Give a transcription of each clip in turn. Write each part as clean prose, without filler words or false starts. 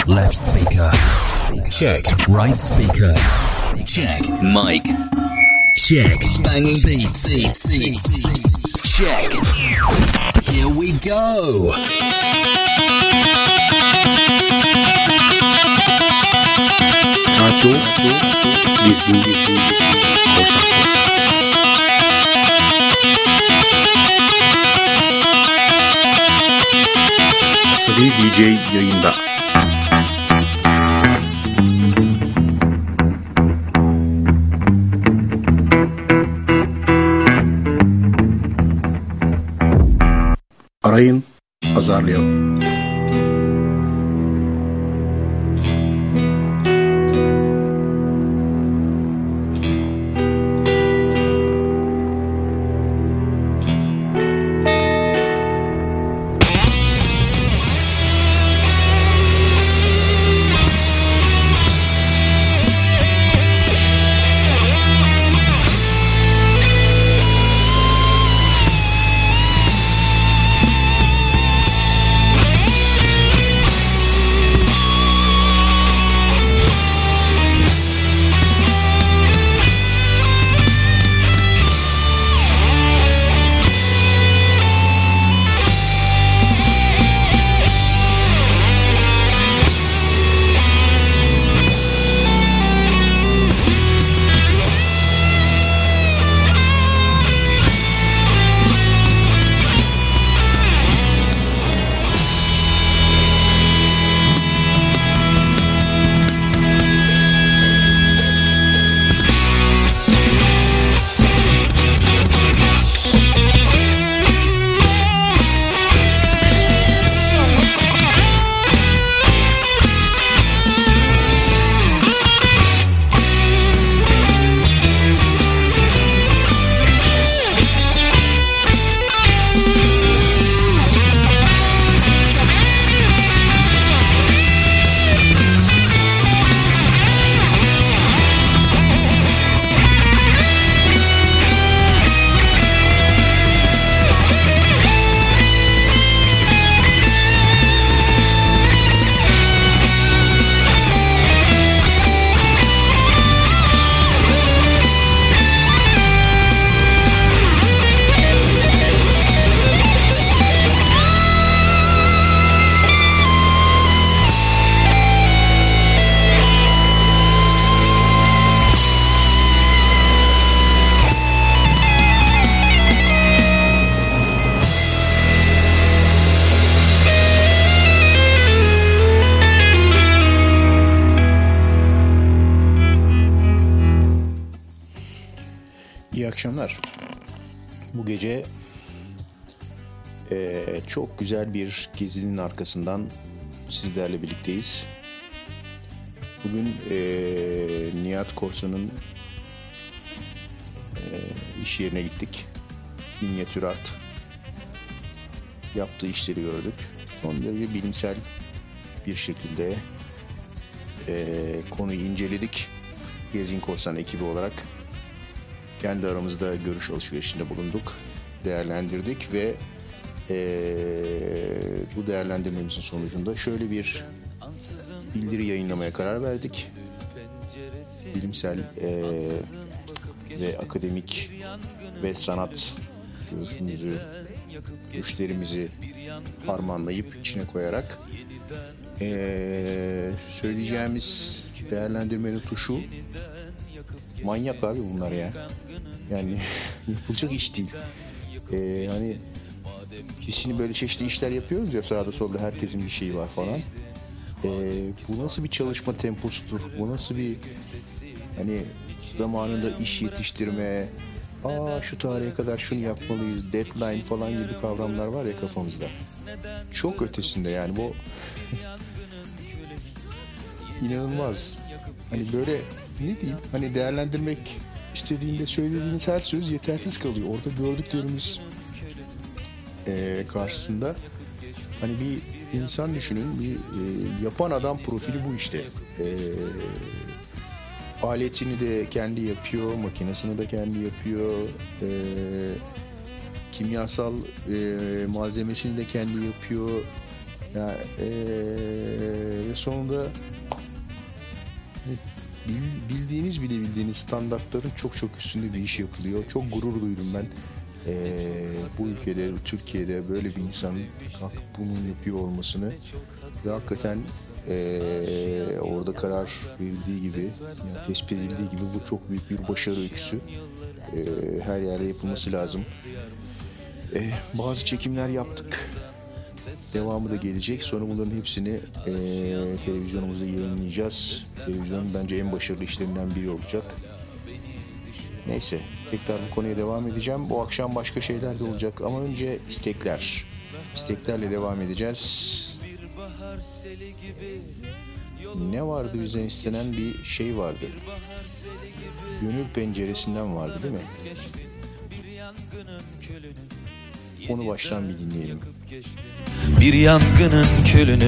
Left speaker. Check. Right speaker. Check. Mic. Check. Banging beats. Check. Here we go. Radyo dizgin korsan. Asabi DJ yayında. Arayın, azarlayalım. İyi akşamlar. Bu gece çok güzel bir gezinin arkasından sizlerle birlikteyiz. Bugün Nihat Korsan'ın iş yerine gittik. Minyatür art yaptığı işleri gördük. Son derece bilimsel bir şekilde konuyu inceledik. Gezgin Korsan ekibi olarak kendi aramızda görüş alışverişinde bulunduk, değerlendirdik ve bu değerlendirmemizin sonucunda şöyle bir bildiri yayınlamaya karar verdik. Bilimsel ve akademik ve sanat görüşlerimizi harmanlayıp içine koyarak söyleyeceğimiz değerlendirmenin tuşu manyak abi bunlar ya. Yani yapılacak iş değil. Hani biz şimdi böyle çeşitli işler yapıyoruz ya, sağda solda herkesin bir şeyi var falan. Bu nasıl bir çalışma temposudur? Bu nasıl bir hani zamanında iş yetiştirme, şu tarihe kadar şunu yapmalıyız, deadline falan gibi kavramlar var ya kafamızda. Çok ötesinde yani bu inanılmaz. Hani böyle ne diyeyim, hani değerlendirmek istediğinde söylediğiniz her söz yetersiz kalıyor. Orada gördüklerimiz karşısında hani bir insan düşünün, bir yapan adam profili bu işte. Aletini de kendi yapıyor, makinesini de kendi yapıyor, kimyasal malzemesini de kendi yapıyor, Ya ve sonunda bildiğiniz standartların çok çok üstünde bir iş yapılıyor. Çok gurur duydum ben. Bu ülkede, Türkiye'de böyle bir insanın kalkıp bunu yapıyor olmasını ve hakikaten orada karar verildiği gibi, yani tespit edildiği gibi bu çok büyük bir başarı öyküsü. Her yerde yapılması lazım. Bazı çekimler yaptık. Devamı da gelecek. Sonra bunların hepsini televizyonumuzda yayınlayacağız. Televizyonun bence en başarılı işlerinden biri olacak. Neyse, tekrar bu konuya devam edeceğim. Bu akşam başka şeyler de olacak ama önce istekler. İsteklerle devam edeceğiz. Ne vardı, bizden istenen bir şey vardı. Gönül penceresinden vardı değil mi? Onu baştan bir dinleyelim. Bir yangının külünü.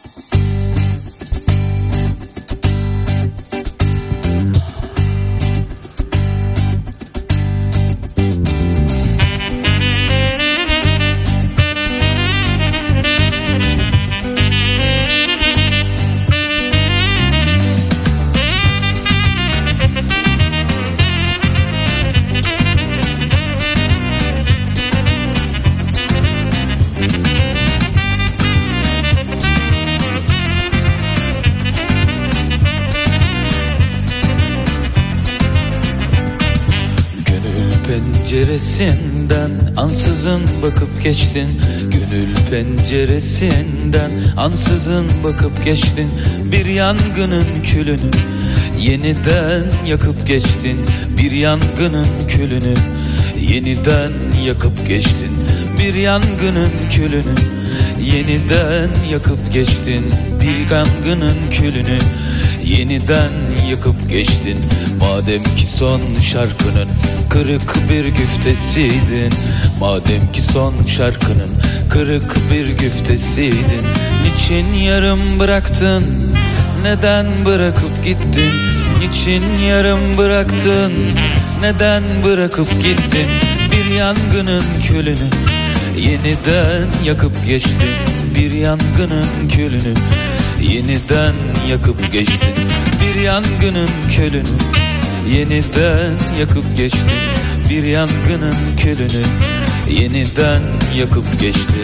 Penceresinden ansızın bakıp geçtin. Gönül penceresinden ansızın bakıp geçtin. Bir yangının külünü yeniden yakıp geçtin. Bir yangının külünü yeniden yakıp geçtin. Bir yangının külünü yeniden yakıp geçtin. Bir yangının külünü yeniden yakıp geçtin. Madem ki son şarkının kırık bir güftesiydin, madem ki son şarkının kırık bir güftesiydin, niçin yarım bıraktın, neden bırakıp gittin? Niçin yarım bıraktın, neden bırakıp gittin? Bir yangının külünü yeniden yakıp geçtin. Bir yangının külünü yeniden yakıp geçtin. Bir yangının külünü yeniden yakıp geçtin. Bir yangının külünü yeniden yakıp geçtin.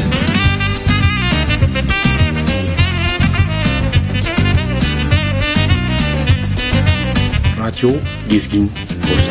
Radyo Gezgin Korsan.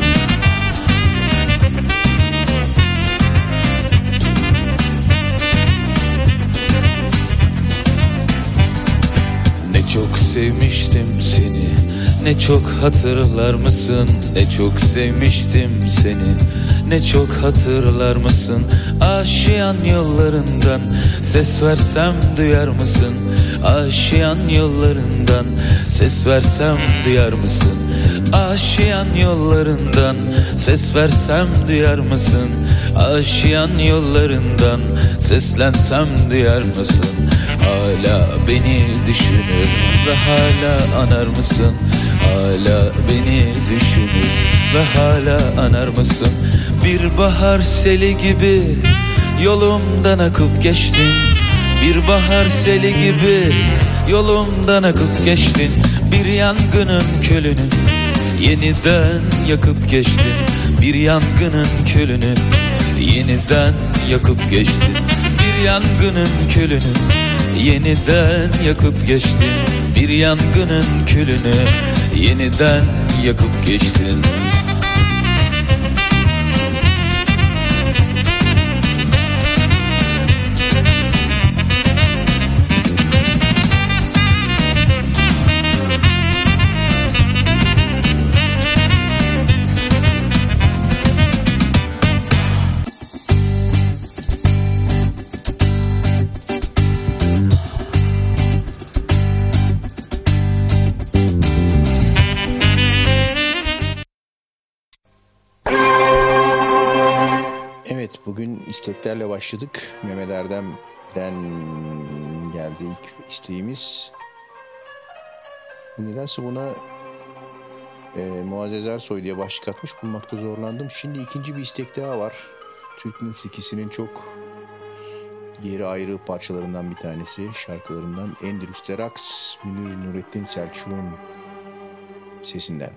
Ne çok sevmiştim seni, ne çok hatırlar mısın? Ne çok sevmiştim seni, ne çok hatırlar mısın? Aşiyan yollarından ses versem duyar mısın? Aşiyan yollarından ses versem duyar mısın? Aşiyan yollarından ses versem duyar mısın? Aşiyan yollarından seslensem duyar mısın? Hala beni düşünür ve hala anar mısın? Hala beni düşünür ve hala anar mısın? Bir bahar seli gibi yolumdan akıp geçtin. Bir bahar seli gibi yolumdan akıp geçtin. Bir yangının külünü yeniden yakıp geçtin. Bir yangının külünü yeniden yakıp geçtin. Bir yangının külünü yeniden yakıp geçtin. Bir yangının külünü yeniden yakıp geçtin. Bugün isteklerle başladık. Mehmet Erdem'den geldi ilk isteğimiz. Nedense buna Muazzez Ersoy diye başlık atmış, bulmakta zorlandım. Şimdi ikinci bir istek daha var. Türk musikisinin çok diğeri ayrı parçalarından bir tanesi, şarkılarından Endülüs Derax, Münir Nurettin Selçuk'un sesinden.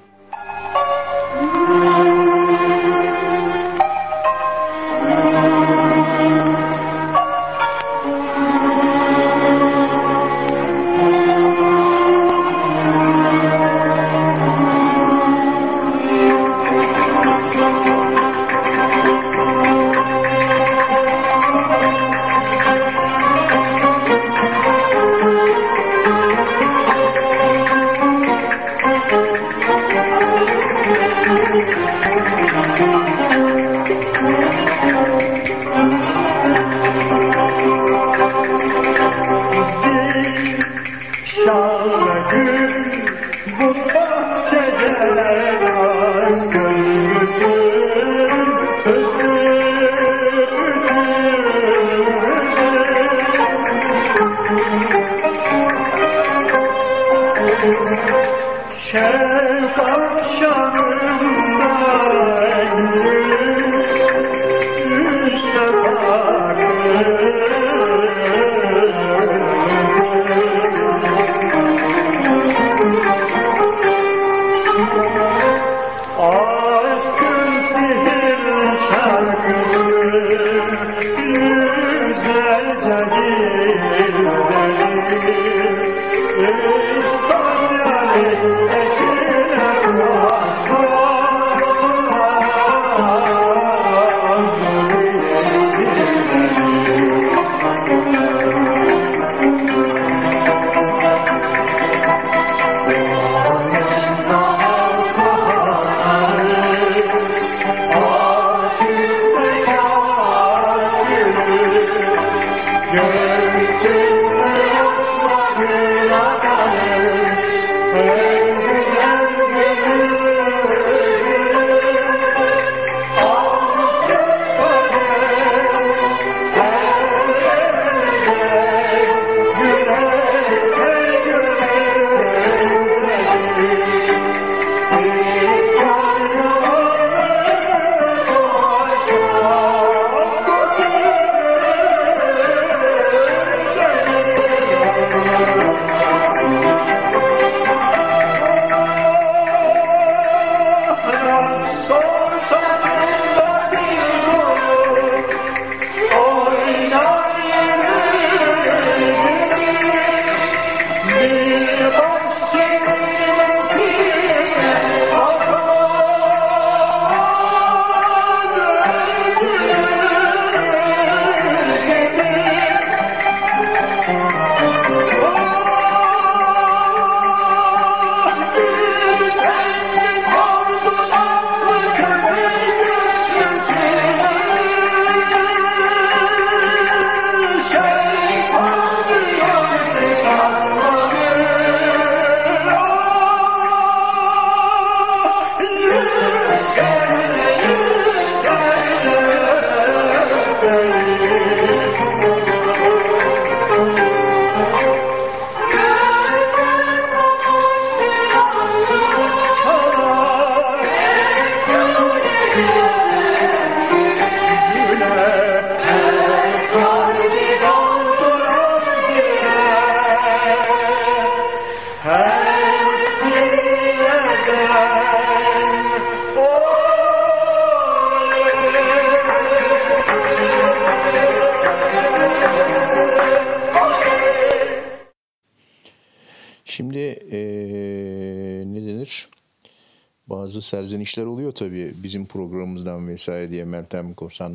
Bazı serzenişler oluyor tabii bizim programımızdan vesaire diye Meltem Korsan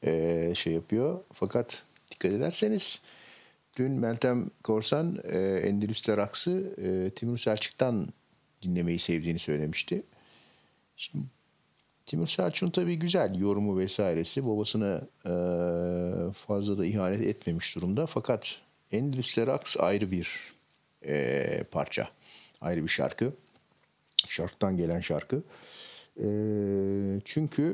şey yapıyor. Fakat dikkat ederseniz dün Meltem Korsan Endülüs Derax'ı Timur Selçuk'tan dinlemeyi sevdiğini söylemişti. Şimdi Timur Selçuk'un tabii güzel yorumu vesairesi, babasına fazla da ihanet etmemiş durumda. Fakat Endülüs Derax ayrı bir parça, ayrı bir şarkı. Şarkıdan gelen şarkı. Çünkü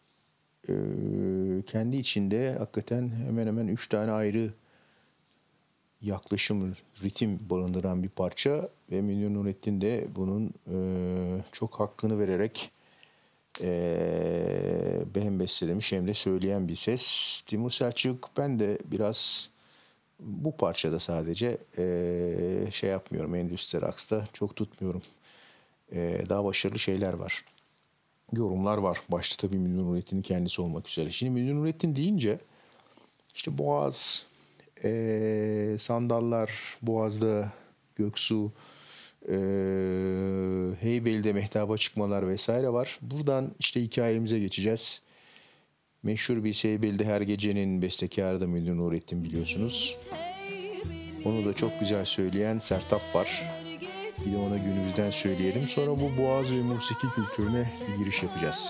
kendi içinde hakikaten hemen hemen 3 tane ayrı yaklaşım, ritim barındıran bir parça ve Münir Nurettin de bunun çok hakkını vererek Hem bestelemiş hem de söyleyen bir ses. Timur Selçuk, ben de biraz bu parçada sadece şey yapmıyorum, Endüstri Rocks'ta çok tutmuyorum. Daha başarılı şeyler var. Yorumlar var. Başta tabii Münir Nurettin'in kendisi olmak üzere. Şimdi Münir Nurettin deyince işte Boğaz, Sandallar, Boğaz'da Göksu, Heybeli'de Mehtaba çıkmalar vesaire var. Buradan işte hikayemize geçeceğiz. Meşhur bir Heybeli'de Her Gece'nin bestekarı da Münir Nurettin, biliyorsunuz. Onu da çok güzel söyleyen Sertab var. Bir de ona günümüzden söyleyelim. Sonra bu Boğaz ve musiki kültürüne bir giriş yapacağız.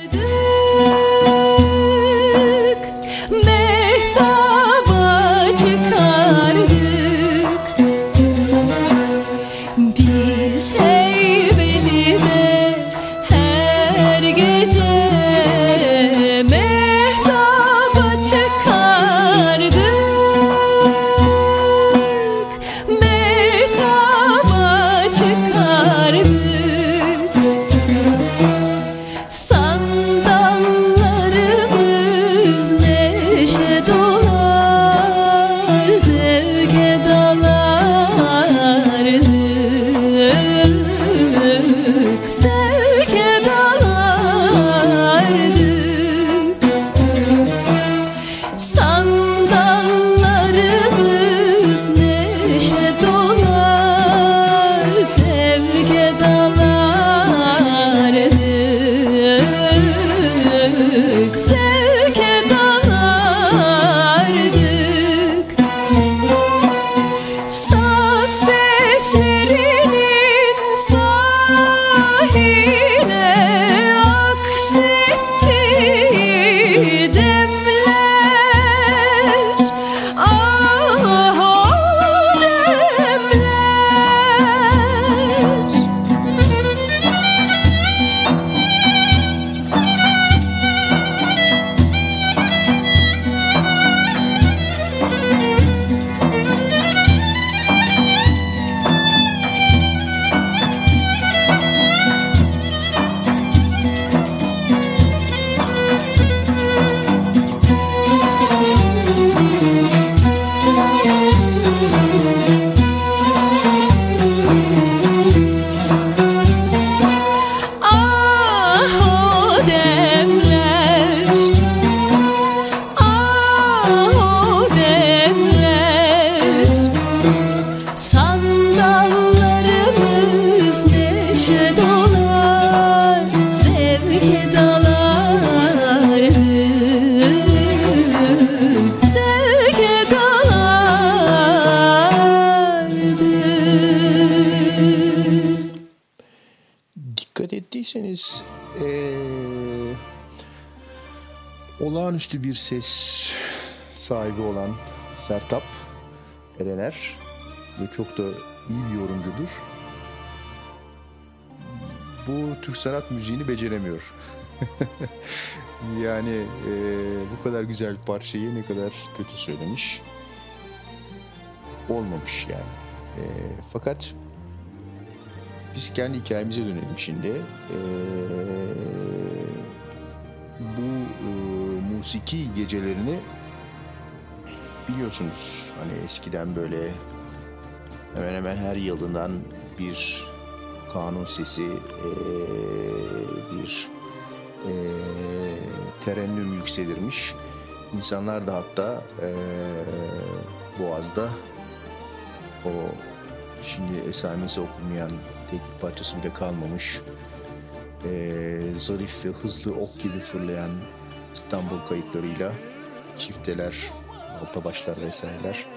Mehtaba çıkardık biz Heybeli'de her gece, mehtaba çıkardık, mehtaba çıkardık. Sandallarımız neşe dolar, zevke dalardık, zevke dalardık. Sandallarımız neşe dolar, zevke dalardık, zevke dalardık. Saz seslerinin sahile aksettiği demler, ah o demler. Ah o demler, ah o demler. Sandallarımız neşe dolar, zevke dalardık, zevke dalardık. Dikkat ettiyseniz olağanüstü bir ses sahibi olan Sertab Erener ve çok da iyi bir yorumcudur. Bu Türk sanat müziğini beceremiyor. Yani bu kadar güzel bir parçayı ne kadar kötü söylemiş. Olmamış yani. Fakat biz kendi hikayemize dönelim şimdi. Bu musiki gecelerini biliyorsunuz. Hani eskiden böyle hemen hemen her yılından bir kanun sesi, bir terennüm yükselirmiş. İnsanlar da hatta Boğaz'da o şimdi esamesi okunmayan tek bir parçası bile kalmamış. Zarif ve hızlı ok gibi fırlayan İstanbul kayıklarıyla çifteler, altabaşlar vesaireler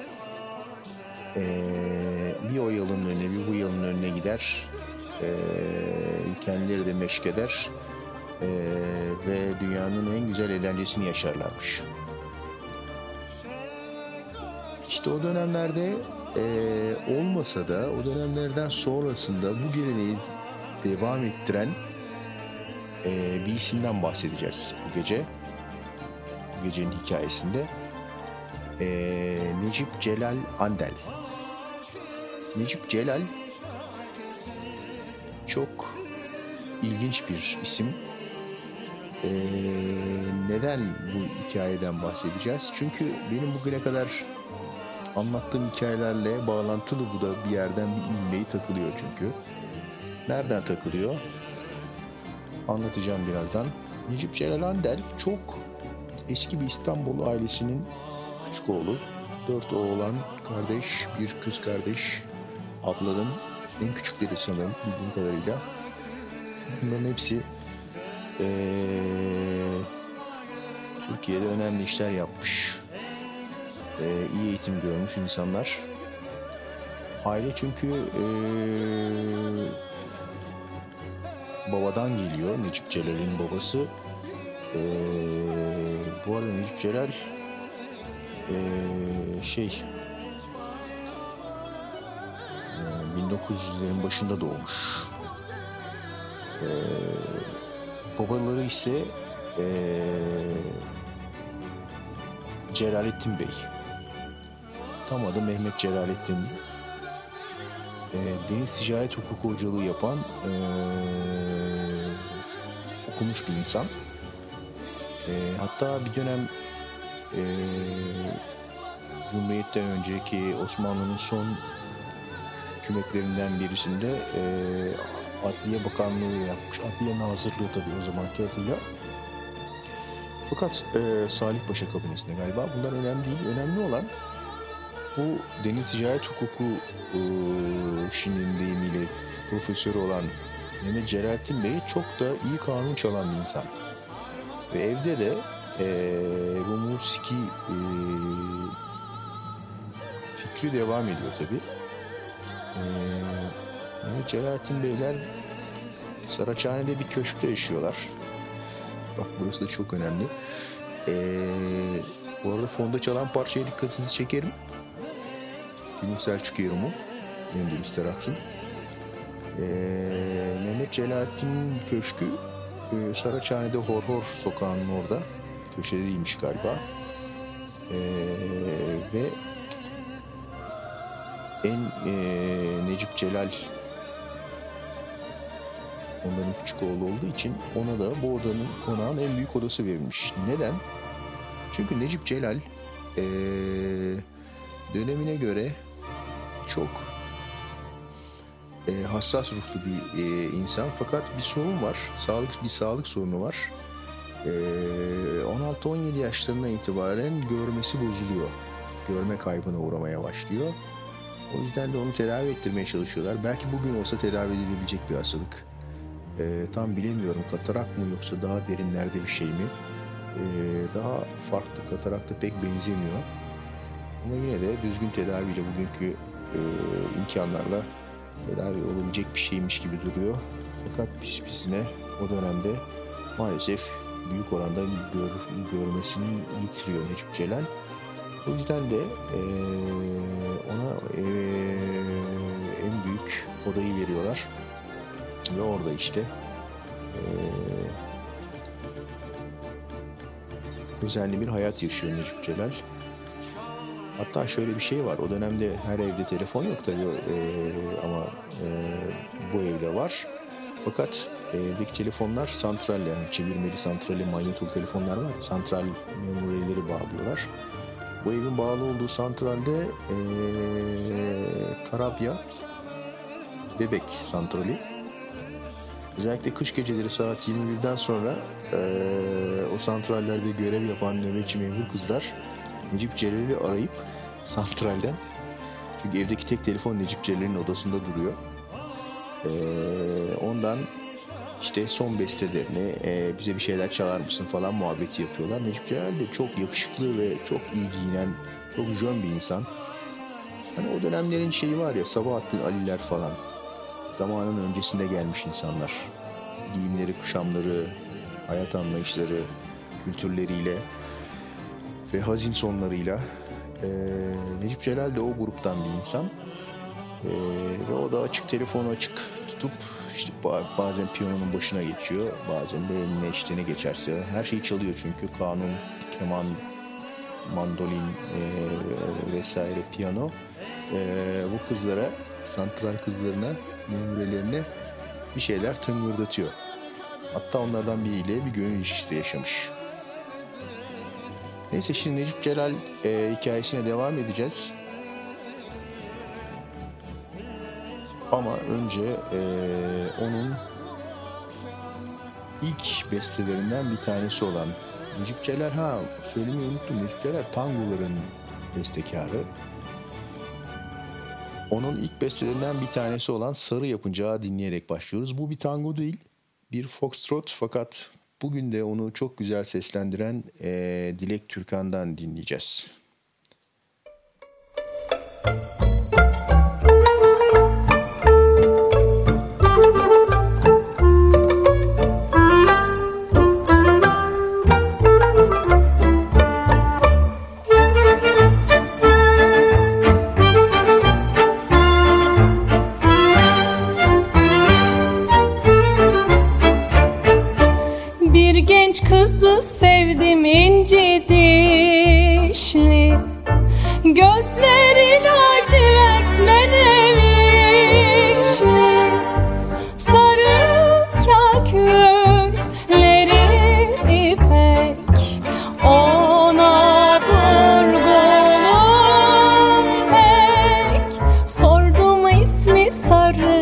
bir o yılın önüne bir bu yılın önüne gider. Kendileri de meşk eder ve dünyanın en güzel eğlencesini yaşarlarmış. İşte o dönemlerde olmasa da o dönemlerden sonrasında bu geleneği devam ettiren bir isimden bahsedeceğiz bu gece. Bu gecenin hikayesinde. Necip Celal Andel. Necip Celal çok ilginç bir isim. Neden bu hikayeden bahsedeceğiz? Çünkü benim bugüne kadar anlattığım hikayelerle bağlantılı, bu da bir yerden bir ilmeği takılıyor çünkü. Nereden takılıyor? Anlatacağım birazdan. Necip Celal Handel çok eski bir İstanbul ailesinin küçük oğlu. 4 oğlan kardeş, bir kız kardeş. Ablanın en küçükleri sanırım bildiğim kadarıyla. Bunların hepsi Türkiye'de önemli işler yapmış. İyi eğitim görmüş insanlar. Aile çünkü babadan geliyor. Necip Celal'in babası. Bu arada Necip Celal 1900'lerin başında doğmuş. Babaları ise Celalettin Bey. Tam adı Mehmet Celalettin. Deniz ticaret hukuku hocalığı yapan okumuş bir insan. Hatta bir dönem Cumhuriyet'ten önceki Osmanlı'nın son hükümetlerinden birisinde Adliye Bakanlığı yapmış. Adliye Nazırlığı tabii o zamanki adıyla. Fakat Salih Paşa kabinesinde galiba. Bunlar önemli değil. Önemli olan bu deniz ticaret hukuku şimdinin deyimiyle profesörü olan Mehmet Celalettin Bey çok da iyi kanun çalan bir insan. Ve evde de Romuski fikri devam ediyor tabii. Mehmet Celalettin Beyler Saraçhane'de bir köşkte yaşıyorlar. Bak burası da çok önemli. Bu arada fonda çalan parçaya dikkatinizi çekerim. Timur Selçuk yorumu. Benim de Mr. Aksın. Mehmet Celalettin Köşkü Saraçhane'de Horhor sokağının orada. Köşedeymiş galiba. Ve Necip Celal onların küçük oğlu olduğu için ona da bu odanın, konağın en büyük odası verilmiş. Neden? Çünkü Necip Celal dönemine göre çok hassas ruhlu bir insan, fakat bir sorun var. Bir sağlık sorunu var. 16-17 yaşlarından itibaren görmesi bozuluyor. Görme kaybına uğramaya başlıyor. O yüzden de onu tedavi ettirmeye çalışıyorlar. Belki bugün olsa tedavi edilebilecek bir hastalık. Tam bilemiyorum, katarak mı yoksa daha derinlerde bir şey mi? Daha farklı, katarakta pek benzemiyor. Ama yine de düzgün tedaviyle, bugünkü imkanlarla tedavi olabilecek bir şeymiş gibi duruyor. Fakat pisine o dönemde maalesef büyük oranda görmesini yitiriyor Necip Celal. O yüzden de ona en büyük odayı veriyorlar. Ve orada işte özenli bir hayat yaşıyor Necip Celal. Hatta şöyle bir şey var. O dönemde her evde telefon yok tabii ama bu evde var. Fakat evdeki telefonlar santral, yani çevirmeli santrali, manyetol telefonlar var. Santral memurileri bağlıyorlar. Bu evin bağlı olduğu santralde Tarabya Bebek santrali. Özellikle kış geceleri saat 21'den sonra o santrallerde görev yapan nöbetçi memur kızlar Necip Celal'i arayıp santralden, çünkü evdeki tek telefon Necip Celal'in odasında duruyor. Ondan işte son bestelerini bize bir şeyler çalar mısın falan muhabbeti yapıyorlar. Necip Celal de çok yakışıklı ve çok iyi giyinen, çok jön bir insan. Hani o dönemlerin şeyi var ya, Sabahattin Ali'ler falan. Zamanın öncesinde gelmiş insanlar. Giyimleri, kuşamları, hayat anlayışları, kültürleriyle ve hazin sonlarıyla. Necip Celal de o gruptan bir insan. Ve o da telefonu açık tutup işte bazen piyanonun başına geçiyor, bazen de eline işte ne geçerse her şeyi çalıyor, çünkü kanun, keman, mandolin vesaire, piyano. Bu kızlara, santral kızlarına, memurilerine bir şeyler tıngırdatıyor. Hatta onlardan biriyle bir gönül ilişkisi de yaşamış. Neyse, şimdi Necip Celal hikayesine devam edeceğiz. Ama önce onun ilk bestelerinden bir tanesi olan Necip Celal, söylemeyi unuttum. Necip Celal tangoların bestekarı. Onun ilk bestelerinden bir tanesi olan Sarı Yapıncağı dinleyerek başlıyoruz. Bu bir tango değil, bir foxtrot, fakat bugün de onu çok güzel seslendiren Dilek Türkan'dan dinleyeceğiz. Kızı sevdim inci dişli, gözleri lacivert menevişli, sarı kakülleri ipek, ona vurgunum pek. Sordum ismi Sarı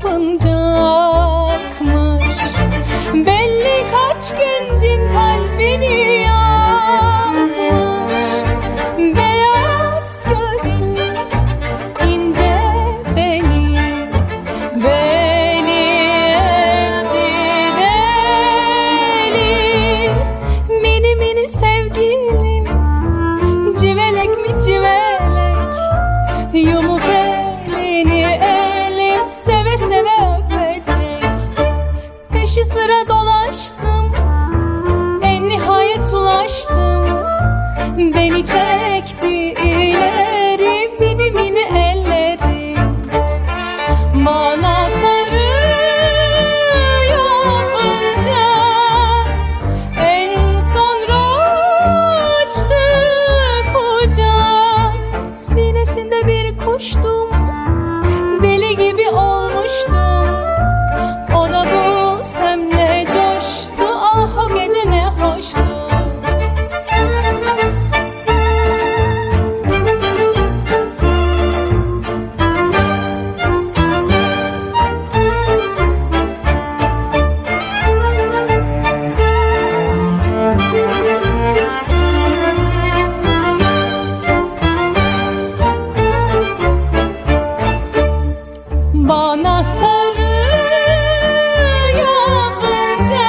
Yapıncakmış, belli kaç gencin kalbini yakmış. Beyaz gözlü ince beni etti deli. Mini mini sevgilim, civelek mi civelek, yumuk elini elim seve seve öpecek. Peşi sıra dolaştım, en nihayet ulaştım. Beni çekti ileri mini mini elleri, bana sarı yapınca en sonra açtı kucak. Sinesinde bir kuştum, deli gibi olmuştum. O da bu semle coştu, ah o gece ne hoştu. Bana sarı yapınca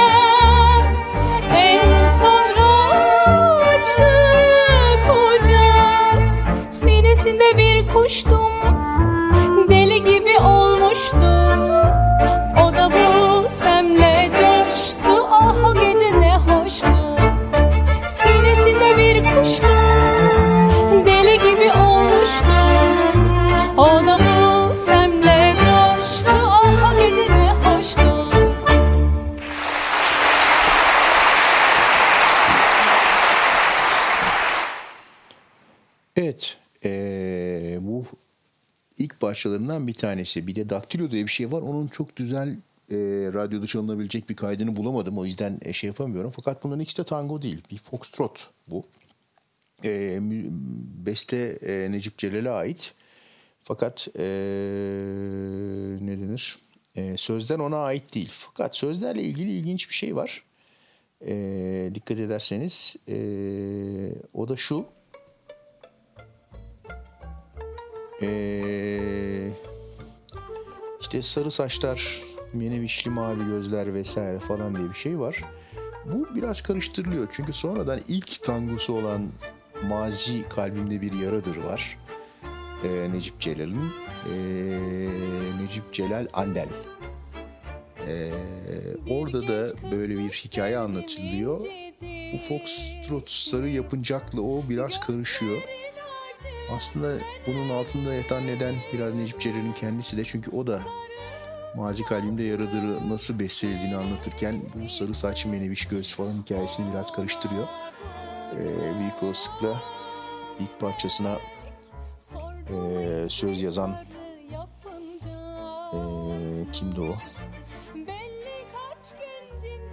en sonra açtı kucak. Sinesinde bir kuştum, deli gibi olmuştum. O da bu semle coştu, ah o gece ne hoştu. Sinesinde bir kuştum, deli gibi olmuştum. O da bu semle coştu, ah o gece ne hoştu. Evet, bu ilk parçalarından bir tanesi. Bir de Daktilo diye bir şey var. Onun çok güzel radyoda çalınabilecek bir kaydını bulamadım. O yüzden şey yapamıyorum. Fakat bunların ikisi de tango değil. Bir foxtrot bu. Beste Necip Celal'e ait. Fakat ne denir? Sözler ona ait değil. Fakat sözlerle ilgili ilginç bir şey var. Dikkat ederseniz o da şu. İşte sarı saçlar, menevişli mavi gözler vesaire falan diye bir şey var. Bu biraz karıştırılıyor. Çünkü sonradan ilk tangosu olan Mazi Kalbimde Bir Yaradır var. Necip Celal'in. Necip Celal Andel. Orada da böyle bir hikaye anlatılıyor. Bu foxtrot Sarı Yapıncak'la o biraz karışıyor. Aslında bunun altında yatan neden biraz Necip Celal'in kendisi de, çünkü o da Mazi Kalbimde Yaradır'ı nasıl bestelediğini anlatırken bu sarı saçlı meneviş göz falan hikayesini biraz karıştırıyor. Büyük olasılıkla ilk parçasına söz yazan kimdi o?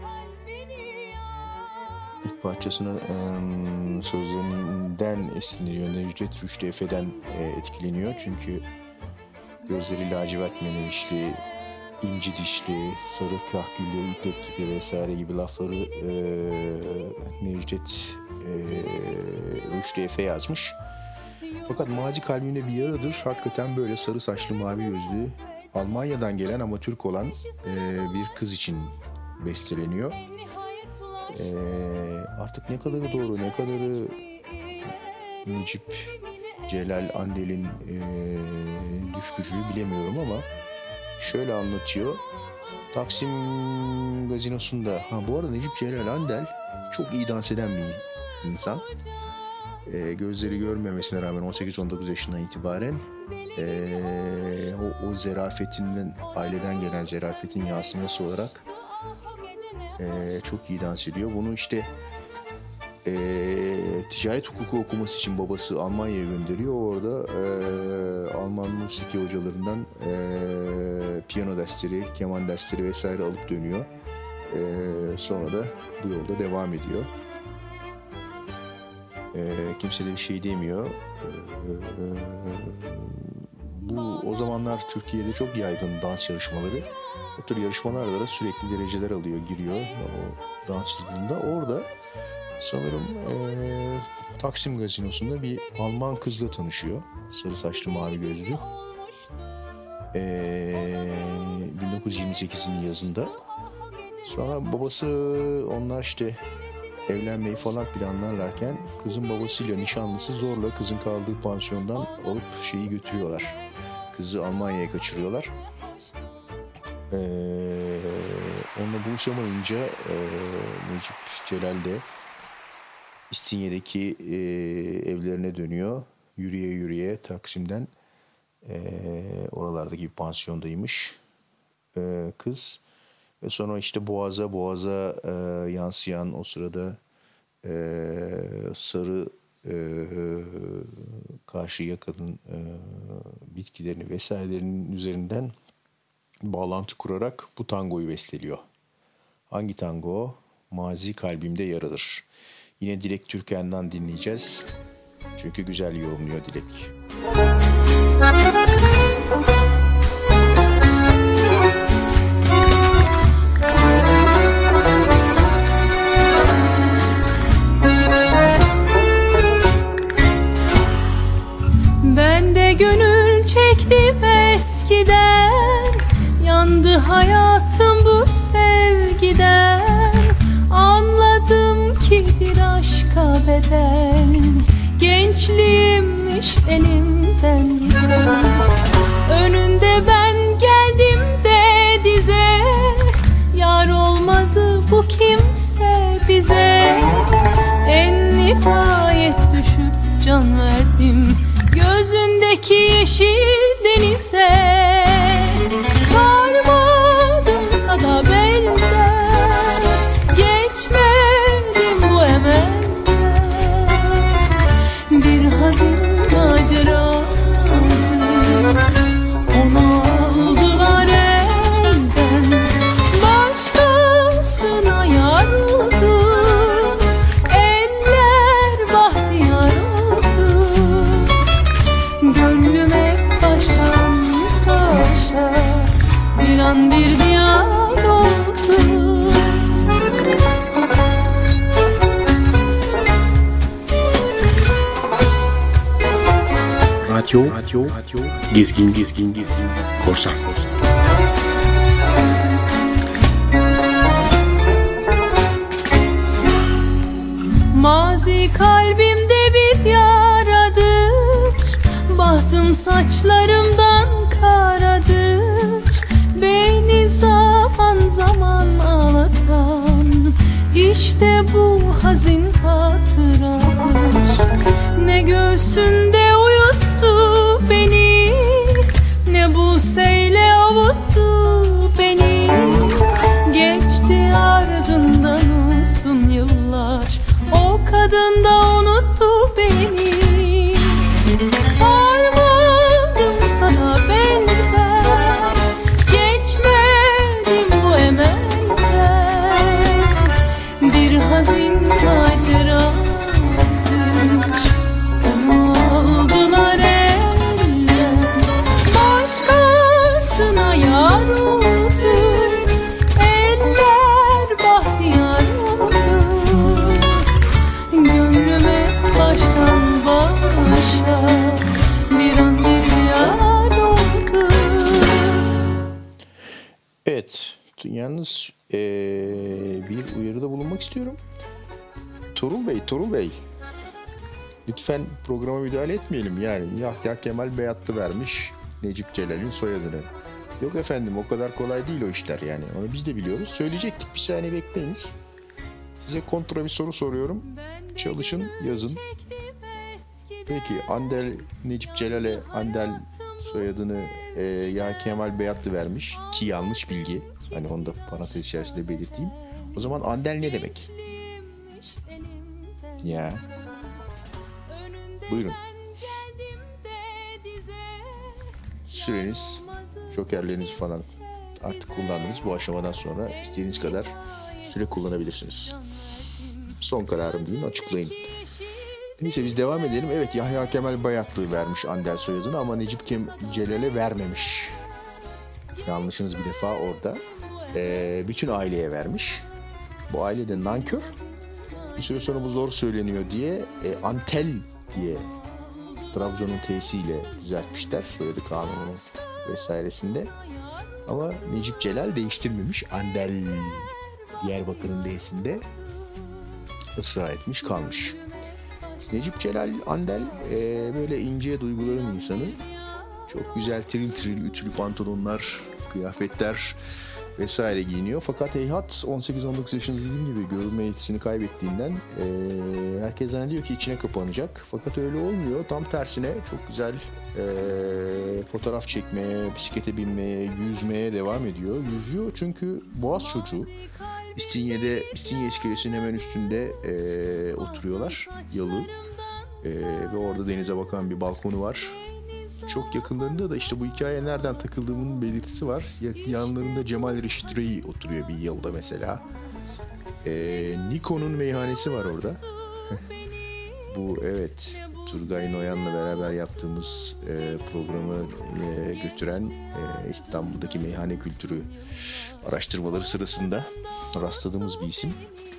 parçasının sözlerinden esinleniyor. Necdet Rüştü Efe'den etkileniyor. Çünkü gözleri lacivert menevişli, inci dişli, sarı kahkülleri, ipek gibi vesaire gibi lafları Necdet Rüştü Efe yazmış. Fakat Mazi Kalbimde Bir Yaradır hakikaten böyle sarı saçlı, mavi gözlü, Almanya'dan gelen ama Türk olan bir kız için besteleniyor. Artık ne kadarı doğru, ne kadarı Necip Celal Andel'in düş gücü bilemiyorum ama şöyle anlatıyor. Taksim Gazinosu'nda, bu arada Necip Celal Andel çok iyi dans eden bir insan. Gözleri görmemesine rağmen 18-19 yaşından itibaren o zerafetinden, aileden gelen zerafetin yansıması olarak çok iyi dans ediyor. Bunu işte ticaret hukuku okuması için babası Almanya'ya gönderiyor. Orada Alman musiki hocalarından piyano dersleri, keman dersleri vesaire alıp dönüyor. Sonra da bu yolda devam ediyor. Kimse de bir şey demiyor. Bu o zamanlar Türkiye'de çok yaygın dans yarışmaları. O tür yarışmalarda da sürekli dereceler alıyor, giriyor o dans yılında. Orada sanırım Taksim Gazinosu'nda bir Alman kızla tanışıyor. Sarı saçlı, mavi gözlü. 1928'in yazında. Sonra babası, onlar işte evlenmeyi falan planlarlarken kızın babasıyla nişanlısı zorla kızın kaldığı pansiyondan alıp şeyi götürüyorlar. Kızı Almanya'ya kaçırıyorlar. Onunla buluşamayınca Necip Celal de İstinye'deki evlerine dönüyor. Yürüye yürüye Taksim'den oralardaki bir pansiyondaymış kız. Ve sonra işte boğaza yansıyan o sırada sarı karşı yakanın bitkilerini vesairelerinin üzerinden bağlantı kurarak bu tangoyu besteliyor. Hangi tango? Mazi Kalbimde Yaradır. Yine Dilek Türkan'dan dinleyeceğiz. Çünkü güzel yorumluyor Dilek. Ben de gönül çektim eskiden, yandı hayatım bu sevgiden. Anladım ki bir aşka bedel, gençliğimmiş elimden giden. Önünde ben geldim de dize, yar olmadı bu kimse bize. En nihayet düşüp can verdim gözündeki yeşil denize. Sarmadımsa da belden, geçmedim bu emelden. Bir hazin maceraydı, onu aldılar elden. Başkasına yar oldu, eller bahtiyar oldu. Gönlüm hep baştan başa bir an bir diyar oldu. Radyo, Gezgin, Korsan. Mazi kalbimde bir yaradır, bahtım saçlarımdan karadır. Beni zaman zaman ağlatan işte bu hazin hatıradır. Ne göğsünde uyuttu beni, ne bu seyle avuttu beni. Geçti ardından uzun yıllar, o kadın da unuttu beni. Sarmadım sana belden, geçmedim bu emelden. Bir hazin macera Evet. Yalnız bir uyarıda bulunmak istiyorum. Tuğrul Bey. Lütfen programa müdahale etmeyelim. Yani Yahya Kemal Beyatlı vermiş Necip Celal'in soyadını. Yok efendim, o kadar kolay değil o işler yani. Onu biz de biliyoruz. Söyleyecektik, bir saniye bekleyiniz. Size kontra bir soru soruyorum. Çalışın, yazın. Peki Andel Necip Celal'e Andel soyadını Yahya Kemal Beyatlı vermiş ki yanlış bilgi. Hani onu da parantez içerisinde belirteyim. O zaman Andel ne demek? Ya. Buyurun. Süreniz, jokerleriniz falan artık kullandınız. Bu aşamadan sonra istediğiniz kadar süre kullanabilirsiniz. Son kararım deyin, açıklayın. Neyse biz devam edelim. Evet, Yahya Kemal Beyatlı vermiş Andel soyadını ama Necip Celal'e vermemiş. Yanlışınız bir defa orada. Bütün aileye vermiş. Bu aile de nankör. Bir süre sonra bu zor söyleniyor diye Antel diye Trabzon'un T'siyle düzeltmişler. Soyadı kanunu vesairesinde. Ama Necip Celal değiştirmemiş. Andel Diyarbakır'ın D'sinde ısrar etmiş kalmış. Necip Celal Andel böyle ince duyguların insanı. Çok güzel tril tril ütülü pantolonlar, kıyafetler vesaire giyiniyor. Fakat heyhat 18-19 yaşında dediğim gibi görünme yetisini kaybettiğinden herkes zannediyor ki içine kapanacak. Fakat öyle olmuyor. Tam tersine çok güzel fotoğraf çekmeye, bisiklete binmeye, yüzmeye devam ediyor. Yüzüyor çünkü Boğaz çocuğu. İstinye iskelesinin hemen üstünde oturuyorlar. Yalı. Ve orada denize bakan bir balkonu var. Çok yakınlarında da işte bu hikayeye nereden takıldığımın belirtisi var. Yanlarında Cemal Reşit Rey oturuyor bir yılda mesela. Niko'nun meyhanesi var orada. Bu evet, Turgay Noyan'la beraber yaptığımız programı götüren İstanbul'daki meyhane kültürü araştırmaları sırasında rastladığımız bir isim.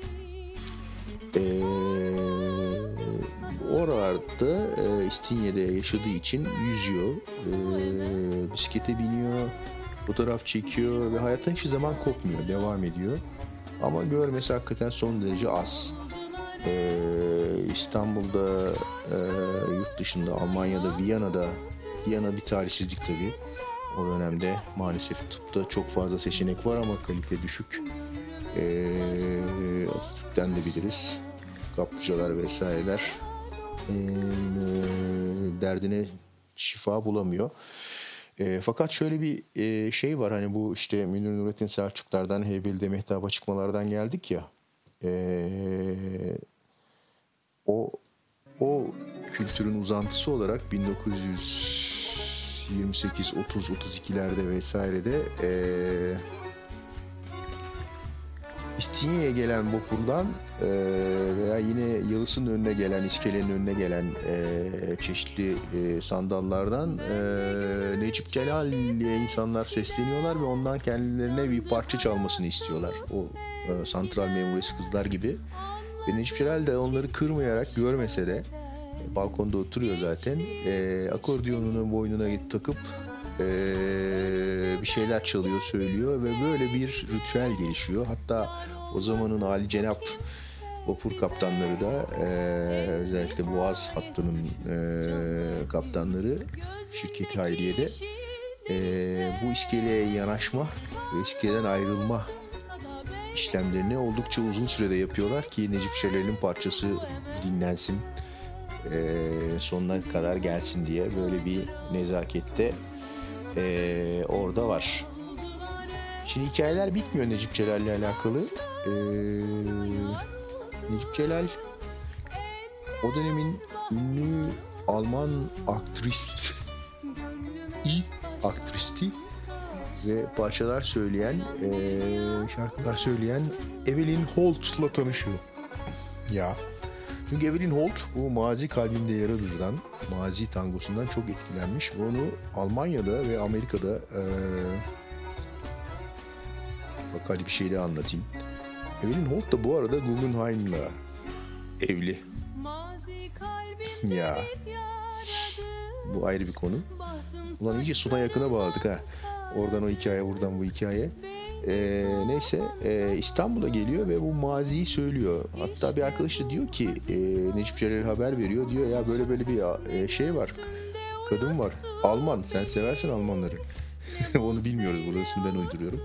Oralarda İstinye'de yaşadığı için yüzüyor, bisiklete biniyor, fotoğraf çekiyor ve hayattan hiçbir zaman kopmuyor, devam ediyor. Ama görmesi hakikaten son derece az. İstanbul'da, yurt dışında, Almanya'da, Viyana bir talihsizlik tabii. O dönemde maalesef tıpta çok fazla seçenek var ama kalite düşük. Atatürk'ten de biliriz. Kaplıcalar vesaireler derdine şifa bulamıyor. Fakat şöyle bir şey var, hani bu işte Münir Nurettin Selçuklardan, Heybeli'de Mehtap'a çıkmalardan geldik ya. O kültürün uzantısı olarak 1928, 30, 32'lerde vesairede İstinye'ye gelen vapurdan veya yine Yalısı'nın önüne gelen, iskelenin önüne gelen çeşitli sandallardan Necip Celal diye insanlar sesleniyorlar ve ondan kendilerine bir parça çalmasını istiyorlar. O santral memurisi kızlar gibi. Ve Necip Celal de onları kırmayarak, görmese de balkonda oturuyor zaten. Akordiyonunu boynuna takıp bir şeyler çalıyor, söylüyor ve böyle bir ritüel gelişiyor. Hatta o zamanın âli cenap vapur kaptanları da özellikle Boğaz hattının kaptanları şirket Hayriye'de bu iskeleye yanaşma ve iskeleden ayrılma işlemlerini oldukça uzun sürede yapıyorlar ki Necip Celal'in parçası dinlensin, sonuna kadar gelsin diye böyle bir nezakette orada var. Şimdi hikayeler bitmiyor Necip Celal'le alakalı. Necip Celal o dönemin ünlü Alman aktristi ve parçalar söyleyen, şarkılar söyleyen Evelyn Holt'la tanışıyor. Ya. Çünkü Evelyn Holt bu Mazi Kalbimde Yaralı'dan, Mazi tangosundan çok etkilenmiş ve onu Almanya'da ve Amerika'da bak hadi bir şey daha anlatayım. Evelyn Holt da bu arada Guggenheim'la evli. Ya. Bu ayrı bir konu. Ulan iyice sona yakına bağladık ha. Oradan o hikaye, buradan bu hikaye. Neyse İstanbul'a geliyor ve bu maziyi söylüyor. Hatta bir arkadaş da diyor ki Necip Celal haber veriyor. Diyor ya böyle bir şey var. Kadın var. Alman. Sen seversen Almanları. Onu bilmiyoruz. Burasından uyduruyorum.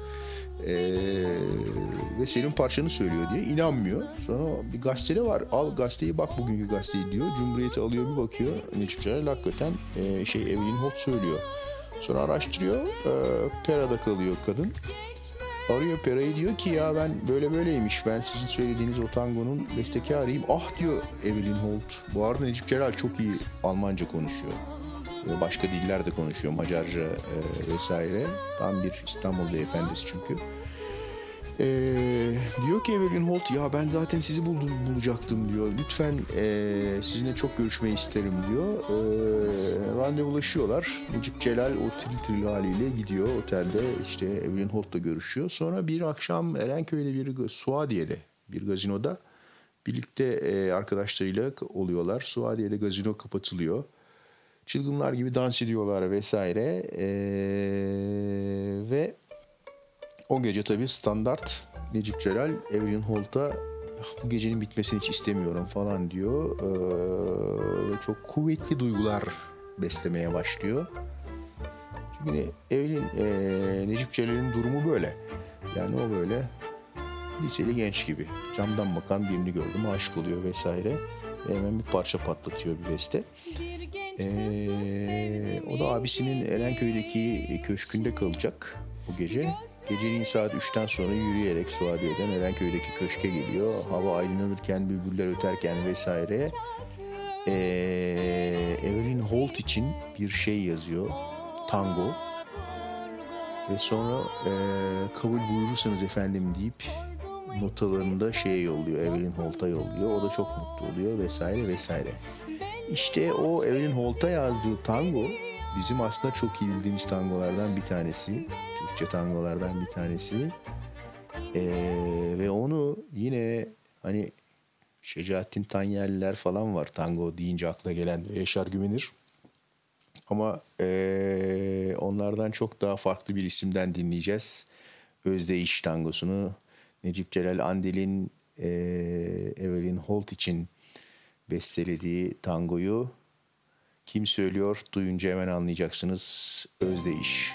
Ve senin parçanı söylüyor diye inanmıyor. Sonra bir gazetede var. Al gazeteyi bak, bugünkü gazeteyi diyor. Cumhuriyet'i alıyor, bir bakıyor. Necip Celal hakikaten Evelyn Holt söylüyor. Sonra araştırıyor. Pera'da kalıyor kadın. Arıyor Pera'yı, diyor ki ya ben böyleymiş. Ben sizin söylediğiniz o tangonun bestekarıyım. Ah diyor Evelyn Holt. Bu arada Necip Celal çok iyi Almanca konuşuyor. Başka diller de konuşuyor. Macarca vesaire. Tam bir İstanbul beyefendisi çünkü. Diyor ki Evelyn Holt ya ben zaten sizi bulacaktım diyor. Lütfen sizinle çok görüşmeyi isterim diyor. Randevulaşıyorlar. Necip Celal o tril haliyle gidiyor otelde, işte Evelyn Holt'la görüşüyor. Sonra bir akşam Erenköy'de bir Suadiye'de bir gazinoda birlikte arkadaşlarıyla oluyorlar. Suadiye'de gazino kapatılıyor. Çılgınlar gibi dans ediyorlar vesaire. Ve o gece tabii standart Necip Celal Evelyn Holt'a bu gecenin bitmesini hiç istemiyorum falan diyor. Çok kuvvetli duygular beslemeye başlıyor. Çünkü Necip Celal'in durumu böyle. Yani o böyle liseli genç gibi. Camdan bakan birini gördüm, aşık oluyor vesaire. Hemen bir parça patlatıyor, bir beste. O da abisinin Erenköy'deki köşkünde kalacak bu gece. Geceliğin saat 3'ten sonra yürüyerek Suadiye'den Erenköy'deki köşke geliyor. Hava aydınlanırken, bülbüller öterken vesaire. Evelyn Holt için bir şey yazıyor. Tango. Ve sonra kabul buyurursanız efendim deyip notalarında yolluyor. Evelyn Holt'a yolluyor. O da çok mutlu oluyor vesaire vesaire. İşte o Evelyn Holt'a yazdığı tango bizim aslında çok iyi bildiğimiz tangolardan bir tanesi. Türkçe tangolardan bir tanesi. Ve onu yine hani Şecaettin Tanyerliler falan var tango deyince akla gelen, Yaşar Güvenir. Ama onlardan çok daha farklı bir isimden dinleyeceğiz. Özdeyiş tangosunu. Necip Celal Andel'in Evelyn Holt için bestelediği tangoyu kim söylüyor? Duyunca hemen anlayacaksınız. Özdeyiş.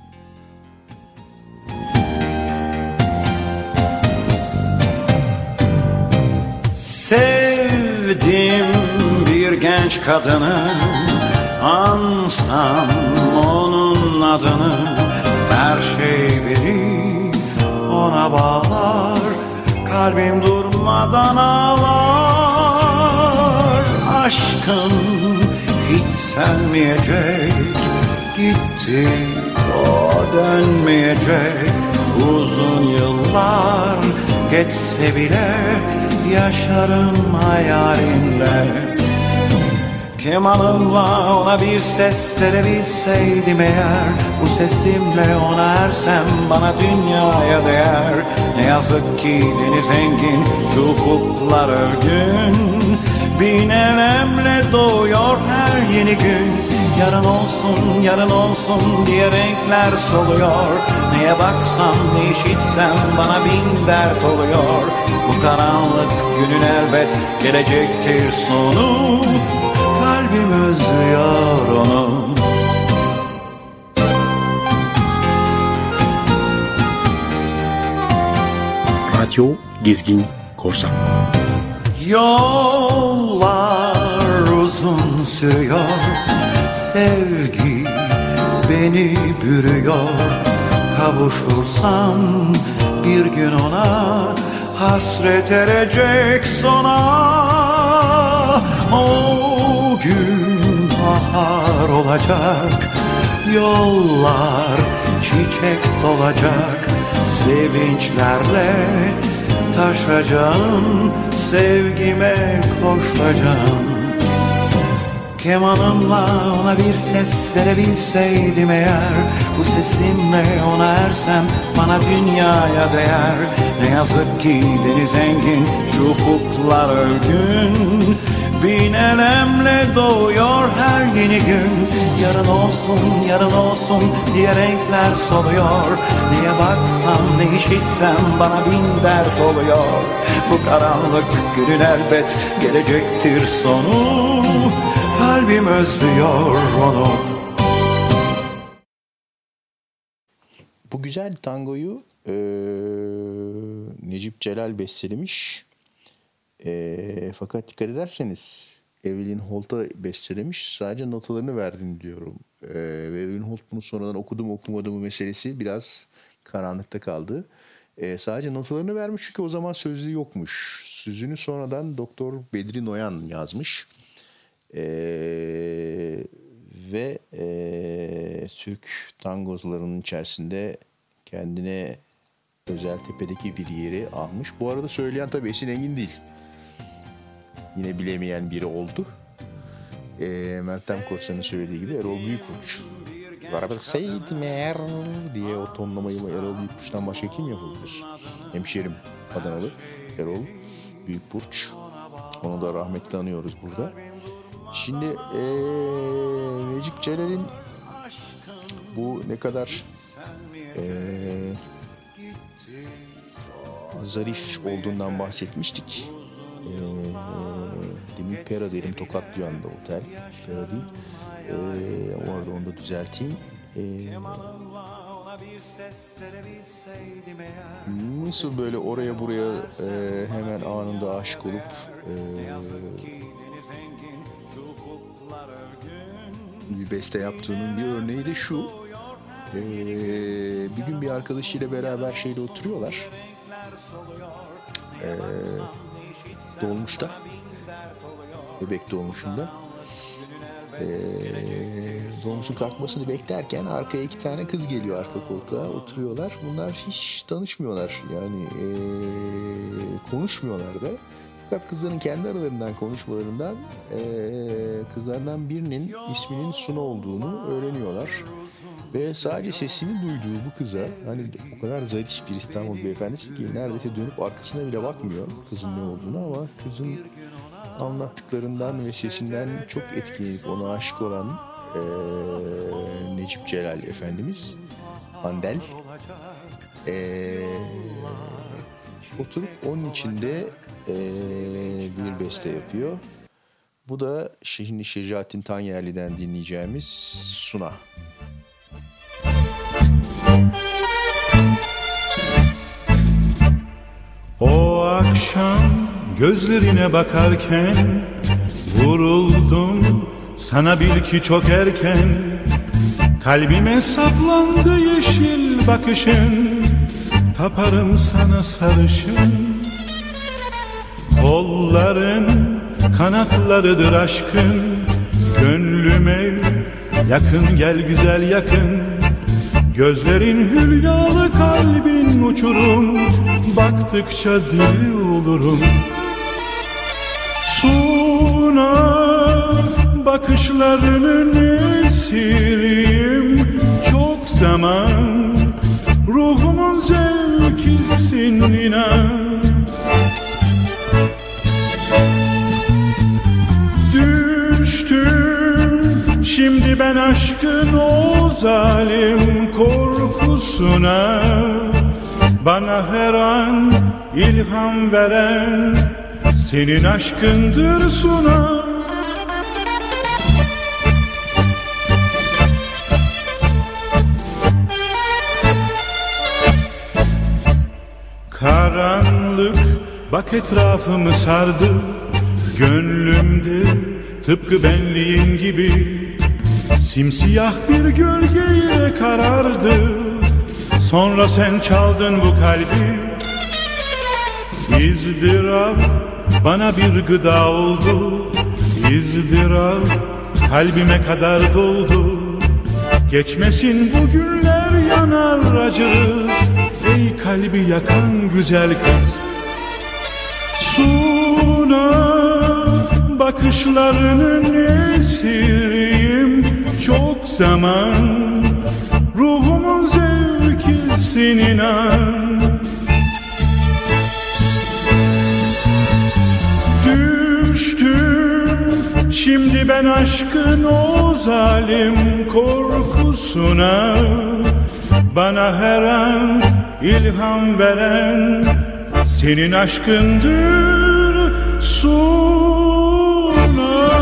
Sevdim bir genç kadını, ansam onun adını, her şey beni ona bağlar, kalbim durmadan ağlar. Aşkın hiç sönmeyecek, gitti o dönmeyecek. Uzun yıllar geçse bile yaşarım hayalinde. Kemanımla ona bir ses verebilseydim eğer, bu sesimle ona ersem bana dünyaya değer. Ne yazık ki deniz engin, şu ufuklar örgün, bin elemle doğuyor her yeni gün. Yarın olsun, yarın olsun diye renkler soluyor. Neye baksam, ne işitsem bana bin dert oluyor. Bu karanlık günün elbet gelecektir sonu. Kalbim özlüyor onu. Radyo Gezgin Korsan. Yollar uzun sürüyor, sevgi beni bürüyor. Kavuşursam bir gün ona, hasret erecek sona. O gün bahar olacak, yollar çiçek dolacak. Sevinçlerle taşacağım, sevgime koşacağım. Kemanımla ona bir ses verebilseydim eğer, bu sesimle ona ersem bana dünyaya değer. Ne yazık ki deniz engin, şu ufuklar örgün, bin elemle doğuyor her yeni gün. Yarın olsun, yarın olsun diye renkler soluyor. Neye baksam, ne işitsem bana bin dert oluyor. Bu karanlık günün elbet gelecektir sonu. Kalbim özlüyor onu. Bu güzel tangoyu Necip Celal bestelemiş. Fakat dikkat ederseniz Evelyn Holt'a bestelemiş. Sadece notalarını verdim diyorum. Ve Evelyn Holt bunu sonradan okudum okumadım meselesi biraz karanlıkta kaldı. Sadece notalarını vermiş çünkü o zaman sözlüğü yokmuş. Sözünü sonradan Doktor Bedri Noyan yazmış. Ve Türk tangocularının içerisinde kendine özel tepedeki bir yeri almış. Bu arada söyleyen tabii Esin Engin değil. Yine bilemeyen biri oldu. Meltem Korsan'ın söylediği gibi Erol Büyükburç. Beraber Seydim eğer diye o tonlamayı Erol Büyükburç'tan başka kim yapabilir? Hemşerim Adanalı Erol Büyükburç. Onu da rahmetle anıyoruz burada. Şimdi Necip Celal'in bu ne kadar zarif olduğundan bahsetmiştik. Demin Pera derim, tokatlıyor anda otel. Pera değil. Orada onu da düzelteyim. Nasıl böyle oraya buraya hemen anında aşık olup bir beste yaptığının bir örneği de şu. Bir gün bir arkadaşıyla beraber şeyde oturuyorlar. Dolmuşta. Bebek dolmuşunda. Dolmuşun kalkmasını beklerken arkaya 2 tane kız geliyor arka koltuğa. Oturuyorlar. Bunlar hiç tanışmıyorlar. Yani konuşmuyorlar da. Fakat kızların kendi aralarından konuşmalarından kızlardan birinin isminin Suna olduğunu öğreniyorlar. Ve sadece sesini duyduğu bu kıza, hani o kadar zarif bir İstanbul beyefendisi ki neredeyse dönüp arkasına bile bakmıyor kızın ne olduğunu, ama kızın anlattıklarından ve sesinden çok etkilenip ona aşık olan Necip Celal Efendimiz Handel oturup onun içinde bir beste yapıyor. Bu da şimdi Şecaettin Tanyerli'den dinleyeceğimiz Suna. O akşam gözlerine bakarken vuruldum sana bil ki çok erken. Kalbime saplandı yeşil bakışın, taparım sana sarışın. Kolların kanatlarıdır aşkın, gönlüme yakın gel güzel yakın. Gözlerin hülyalı, kalbin uçurum, baktıkça deli olurum. Suna bakışlarının esiriyim çok zaman, ruhumun zevkisin inan. Düştüm şimdi ben aşkın o zalim korkusuna, bana her an ilham veren senin aşkındır Suna. Karanlık bak etrafımı sardı, gönlümde tıpkı benliğin gibi simsiyah bir gölgeyle karardı. Sonra sen çaldın bu kalbi, İzdırap bana bir gıda oldu, İzdırap kalbime kadar doldu. Geçmesin bu günler yanar acı, ey kalbi yakan güzel kız. Suna bakışlarının esiriyim çok zaman, ruhumun zevkisin inan. Düştüm Şimdi ben aşkın o zalim korkusuna, bana her an ilham veren senin aşkındır Suna.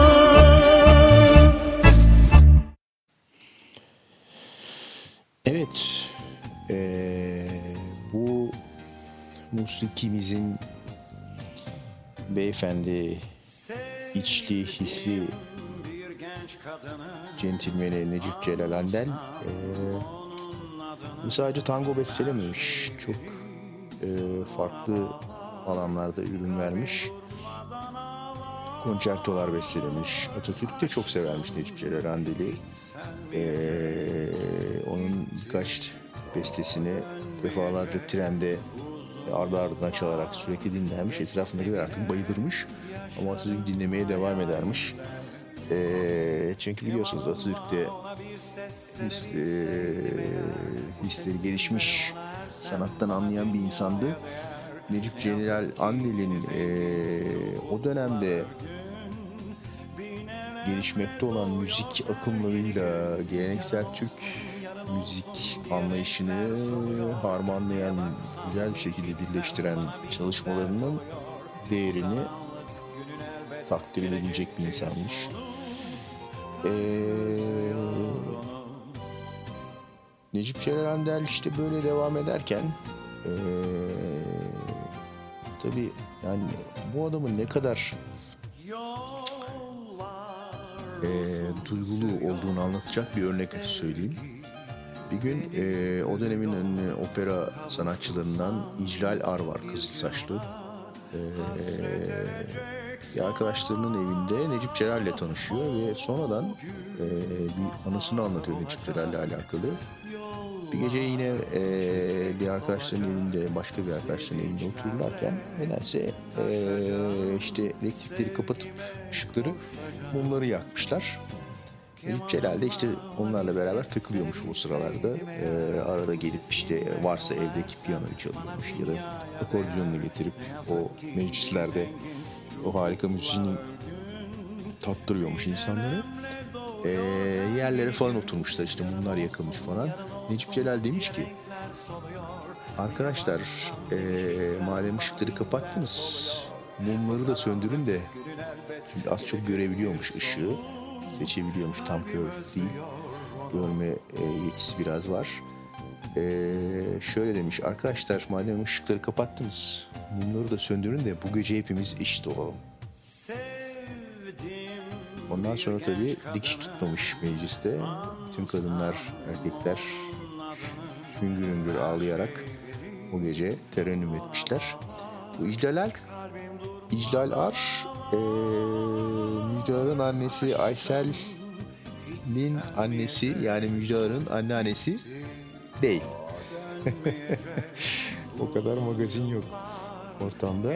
Evet, bu musikimizin beyefendi, içli, hisli centilmeni Necip Celal Andel sadece tango bestelememiş, çok farklı alanlarda ürün vermiş, konçertolar bestelemiş. Atatürk de çok severmiş Necip Celal Andel'i. Onun birkaç bestesini defalarca trende ardı ardına çalarak sürekli dinlenmiş, etrafındakiler artık bayılırmış ama Atatürk dinlemeye devam edermiş. Çünkü biliyorsunuz Atatürk'te hisleri gelişmiş, sanattan anlayan bir insandı. Necip Celal Andel'in o dönemde gelişmekte olan müzik akımlarıyla geleneksel Türk müzik anlayışını harmanlayan, güzel bir şekilde birleştiren çalışmalarının değerini takdir edilecek bir insanmış. Necip Celal Andel işte böyle devam ederken tabii yani bu adamın ne kadar duygulu olduğunu anlatacak bir örnek söyleyeyim. Bir gün o dönemin ünlü opera sanatçılarından İclal Ar var, kızıl saçlı. Bir arkadaşlarının evinde Necip Celal'le tanışıyor ve sonradan bir anısını anlatıyor Necip Celal'le alakalı. Bir gece yine bir arkadaşların evinde, başka bir arkadaşların evinde otururlarken nedense işte elektrikleri kapatıp ışıkları, mumları yakmışlar. Necip Celal de işte onlarla beraber takılıyormuş o sıralarda. Arada gelip işte varsa evdeki piyanoyu çalıyormuş ya da akordiyonunu getirip o meclislerde o harika müziğini tattırıyormuş insanları. Yerlere falan oturmuşlar, işte mumlar yakılmış falan. Necip Celal demiş ki, arkadaşlar madem ışıkları kapattınız, mumları da söndürün de, çünkü az çok görebiliyormuş ışığı, seçebiliyormuş, tam kör değil, görme yetisi biraz var. Şöyle demiş, arkadaşlar madem ışıkları kapattınız, mumları da söndürün de bu gece hepimiz eşit olalım. Ondan sonra tabii dikiş tutmamış mecliste. Bütün kadınlar, erkekler hüngür hüngür ağlayarak o gece terennüm etmişler. Bu İclal Ar, Müjdar'ın annesi Aysel'in annesi, yani Müjdar'ın anneannesi değil. O kadar magazin yok ortamda.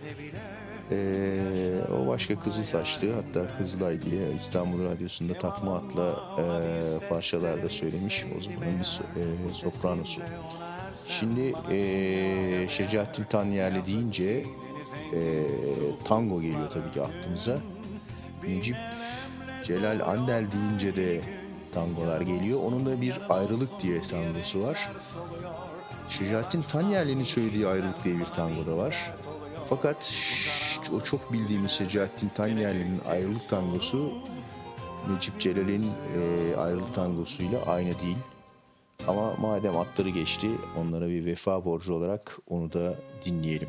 O başka kızıl saçlı, hatta Kızılay diye İstanbul Radyosu'nda takma atla parçalarda söylemiş o zamanın bir sopranosu. Şimdi Şecaettin Tanyerli deyince tango geliyor tabii ki aklımıza. Necip Celal Andel deyince de tangolar geliyor. Onun da bir Ayrılık diye tangosu var. Şecaettin Tanyerli'nin söylediği Ayrılık diye bir tango da var. Fakat o çok bildiğimiz Şecaettin Tanyerli'nin Ayrılık tangosu Necip Celal'in Ayrılık tangosuyla aynı değil. Ama madem atları geçti, onlara bir vefa borcu olarak onu da dinleyelim.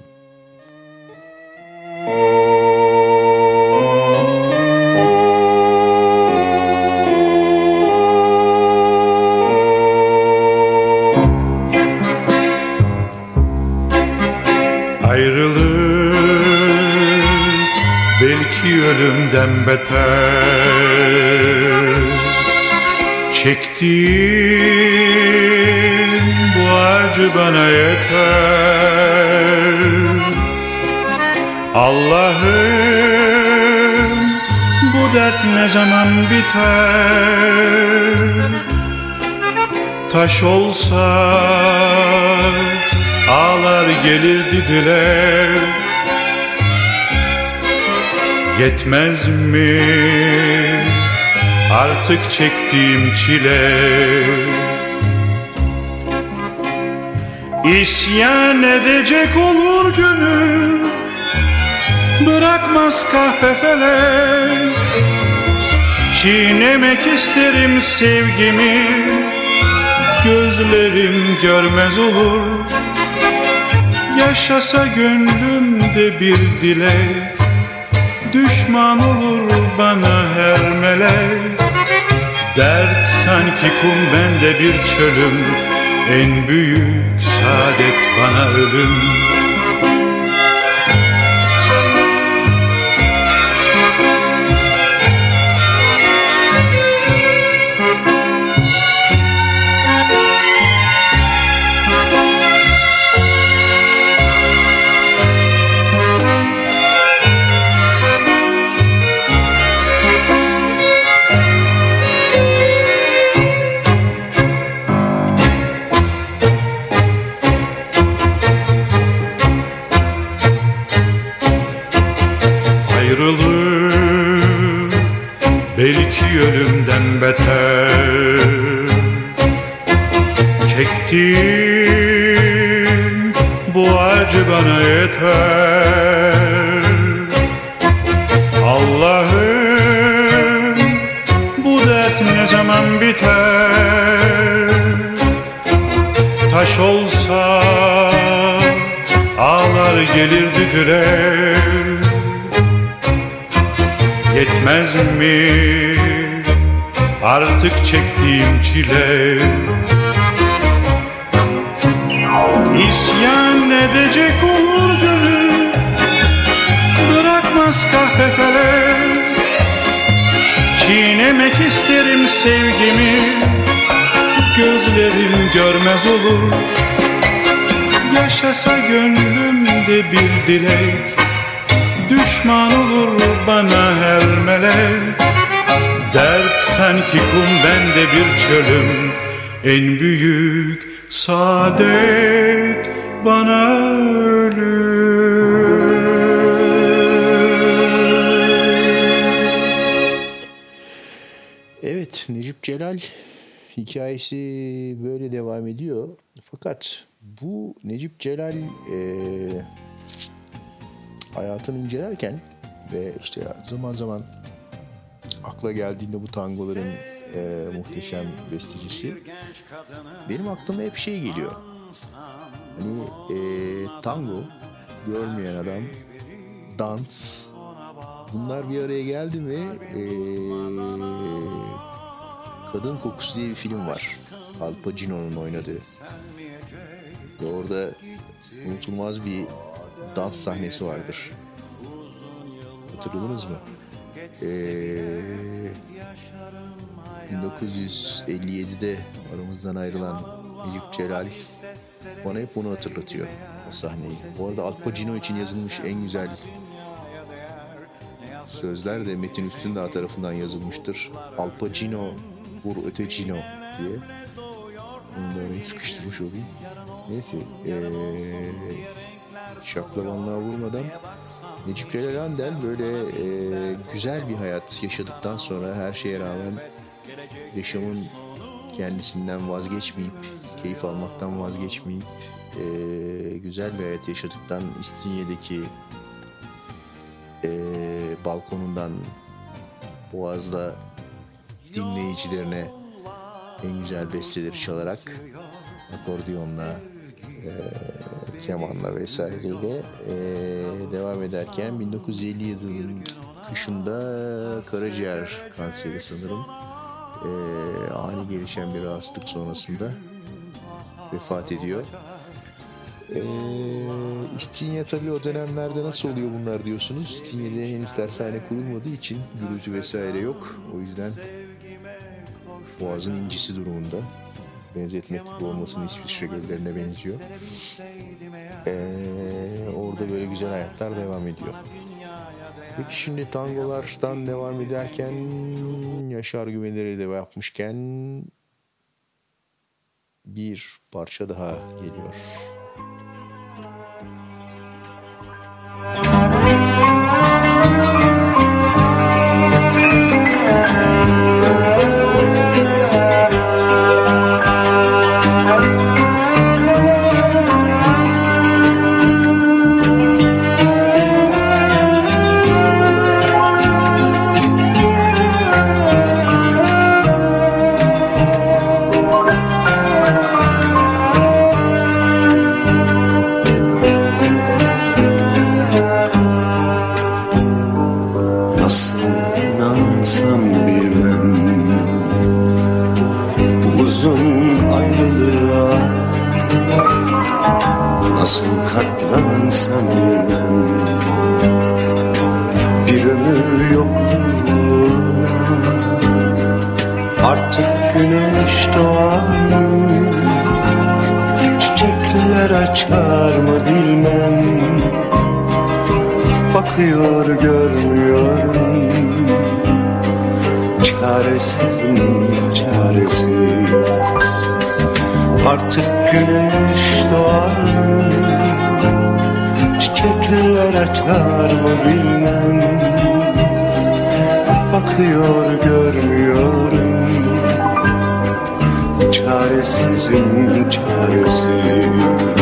Ayrılık belki ölümden beter, çektiğin bu acı bana yeter. Allah'ım bu dert ne zaman biter? Taş olsa ağlar gelirdi dile, Yetmez mi artık çektiğim çile? İsyan edecek olur gönül, bırakmaz kahpefelek. Çiğnemek isterim sevgimi, gözlerim görmez olur. Yaşasa gönlümde bir dilek, düşman olur bana her melek. Dert sanki kum, bende bir çölüm, en büyük saadet bana ölüm. Ayrılık belki ölümden beter. Çektiğim bu acı bana yeter. Allah'ım, bu dert ne zaman biter? Taş olsa ağlar gelirdi dile. Yetmez mi artık çektiğim çile? İsyan edecek olur gönül, bırakmaz kahpefelek. Çiğnemek isterim sevgimi, gözlerim görmez olur. Yaşasa gönlümde bir dilek, düşman olur bana her melek. Dert sanki kum, bende bir çölüm, en büyük saadet bana ölüm. Evet, Necip Celal hikayesi böyle devam ediyor. Fakat bu Necip Celal hayatını incelerken ve işte zaman zaman akla geldiğinde bu tangoların muhteşem bestecisi, benim aklıma hep şey geliyor. Hani tango, görmeyen adam, dans, bunlar bir araya geldi mi Kadın Kokusu diye bir film var. Al Pacino'nun oynadığı. Ve orada unutulmaz bir dans sahnesi vardır. Hatırladınız mı? 1957'de aramızdan ayrılan Necip Celal bana hep onu hatırlatıyor, o sahneyi. Bu arada Al Pacino için yazılmış en güzel sözler de Metin Üstündağ tarafından yazılmıştır. Al Pacino vur ötecino diye. Onu da oraya sıkıştırmış olayım. Neyse, şaklabanlığa vurmadan Necip Celal Handel böyle güzel bir hayat yaşadıktan sonra, her şeye rağmen yaşamın kendisinden vazgeçmeyip, keyif almaktan vazgeçmeyip güzel bir hayat yaşadıktan, İstinye'deki balkonundan Boğaz'da dinleyicilerine en güzel besteleri çalarak, akordiyonla, kemanla vesaireyle devam ederken 1950 yılının kışında karaciğer kanseri sanırım, ani gelişen bir rahatsızlık sonrasında vefat ediyor. İstinye tabii o dönemlerde nasıl oluyor bunlar diyorsunuz. İstinye'de henüz dershane kurulmadığı için gürültü vesaire yok. O yüzden Boğaz'ın incisi durumunda. Benzetmek gibi olmasının İsviçre göllerine benziyor. Orada böyle güzel hayatlar devam ediyor. Peki şimdi tangolardan devam ederken, Yaşar Güvener'e de yapmışken bir parça daha geliyor. ayrılığa nasıl katlansam bilmem. Bir ömür yokluğuna artık güneş doğar mı? Çiçekler açar mı bilmem. Bakıyor görmüyorum, çaresizim çaresiz. Artık güneş doğar mı? Çiçekler açar mı bilmem. Bakıyor görmüyorum, çaresizim çaresiz.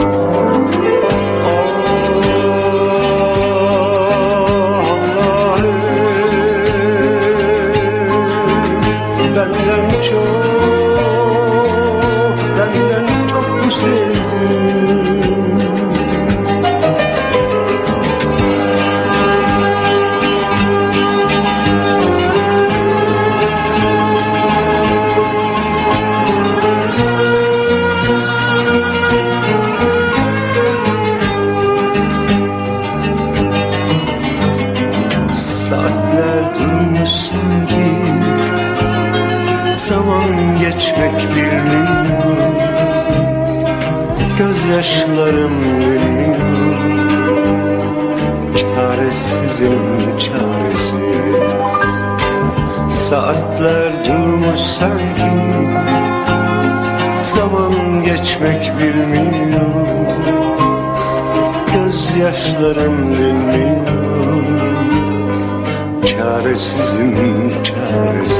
Benden çok mu sevdin? Saatler durmuş sanki, zaman geçmek bilmiyor, gözyaşlarım bilmiyor. Çaresizim çaresiz. Saatler durmuş sanki, zaman geçmek bilmiyor, gözyaşlarım dinmiyor. Çaresizim çaresiz.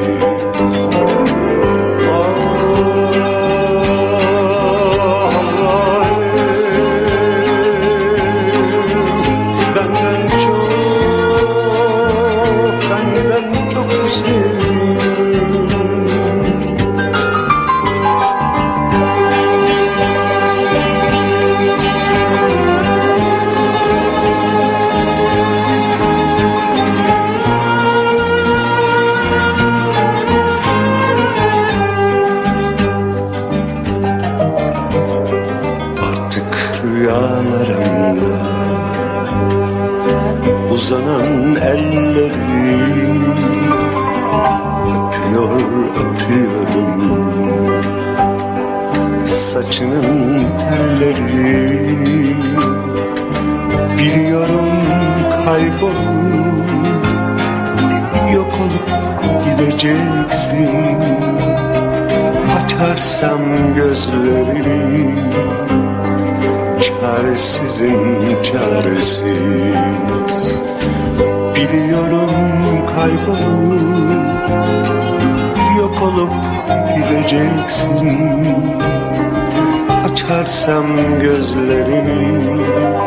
Benden çok sevdim. Rüyalarımda uzanan ellerim, öpüyorum saçının telleri. Biliyorum kaybolup yok olup gideceksin. Açarsam gözlerimi, çaresizim çaresiz. Biliyorum kaybolup yok olup gideceksin. Açarsam gözlerimi,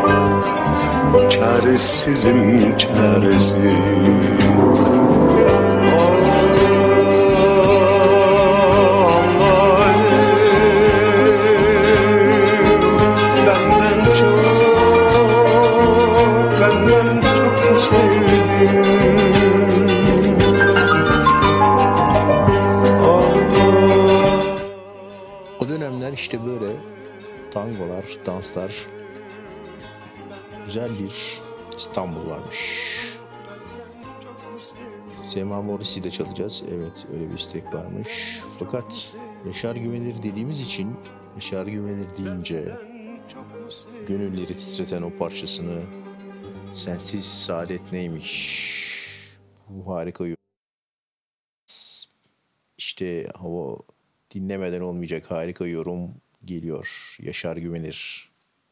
çaresizim çaresiz. Benden çok sevdim. O dönemler işte böyle tangolar, danslar, güzel bir İstanbul varmış. Sema Morrissey'de çalacağız. Evet, öyle bir istek varmış. Fakat Yaşar Güvenir dediğimiz için, Yaşar Güvenir deyince gönülleri titreten o parçasını, Sensiz Saadet Neymiş, bu harika. İşte o dinlemeden olmayacak harika yorum geliyor. Yaşar Güvenir.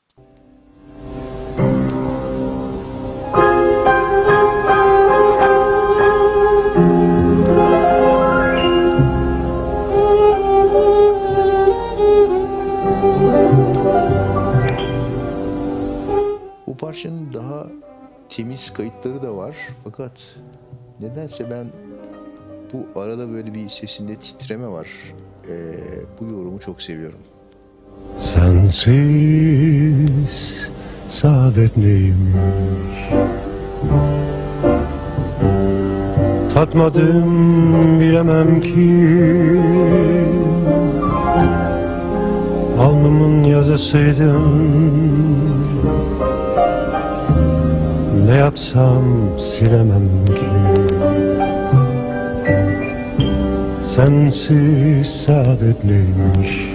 Bu parçanın daha temiz kayıtları da var. Fakat nedense ben bu arada böyle bir sesinde titreme var. Bu yorumu çok seviyorum. Sensiz saadet neymiş? Tatmadım bilemem ki. yazısıydın. Ne yapsam silemem ki. Sensiz saadet neymiş?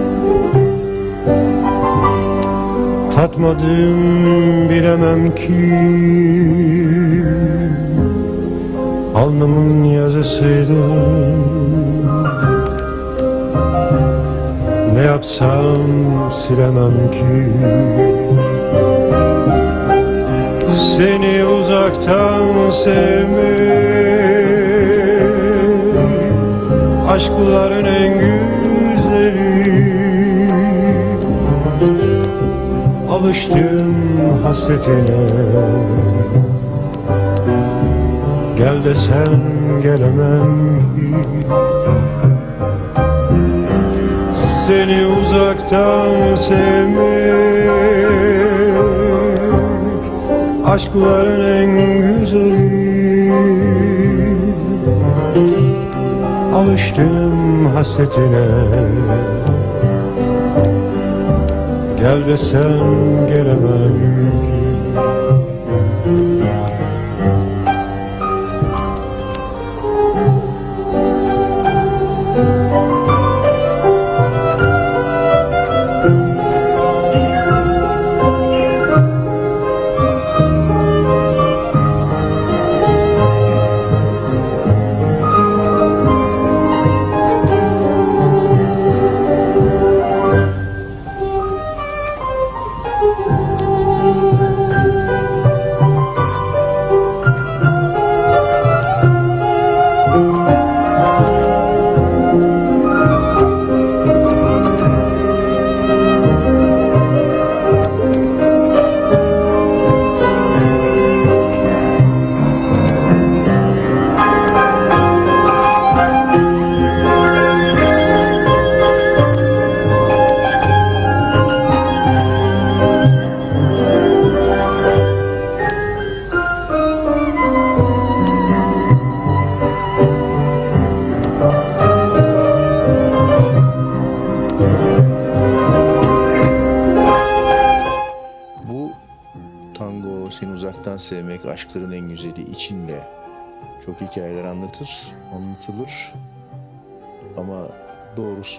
Tatmadım bilemem ki. Alnımın yazısıydın. Ne yapsam silemem ki. Seni uzaktan sevmek aşkların en güzeli. Alıştım hasretine. Gel desen gelemem ki. Seni uzaktan sevmek aşkların en güzeli. Alıştım hasretine. Gel desen gelemem ki. Sevmek aşkların en güzeli içinde çok hikayeler anlatılır ama doğrusu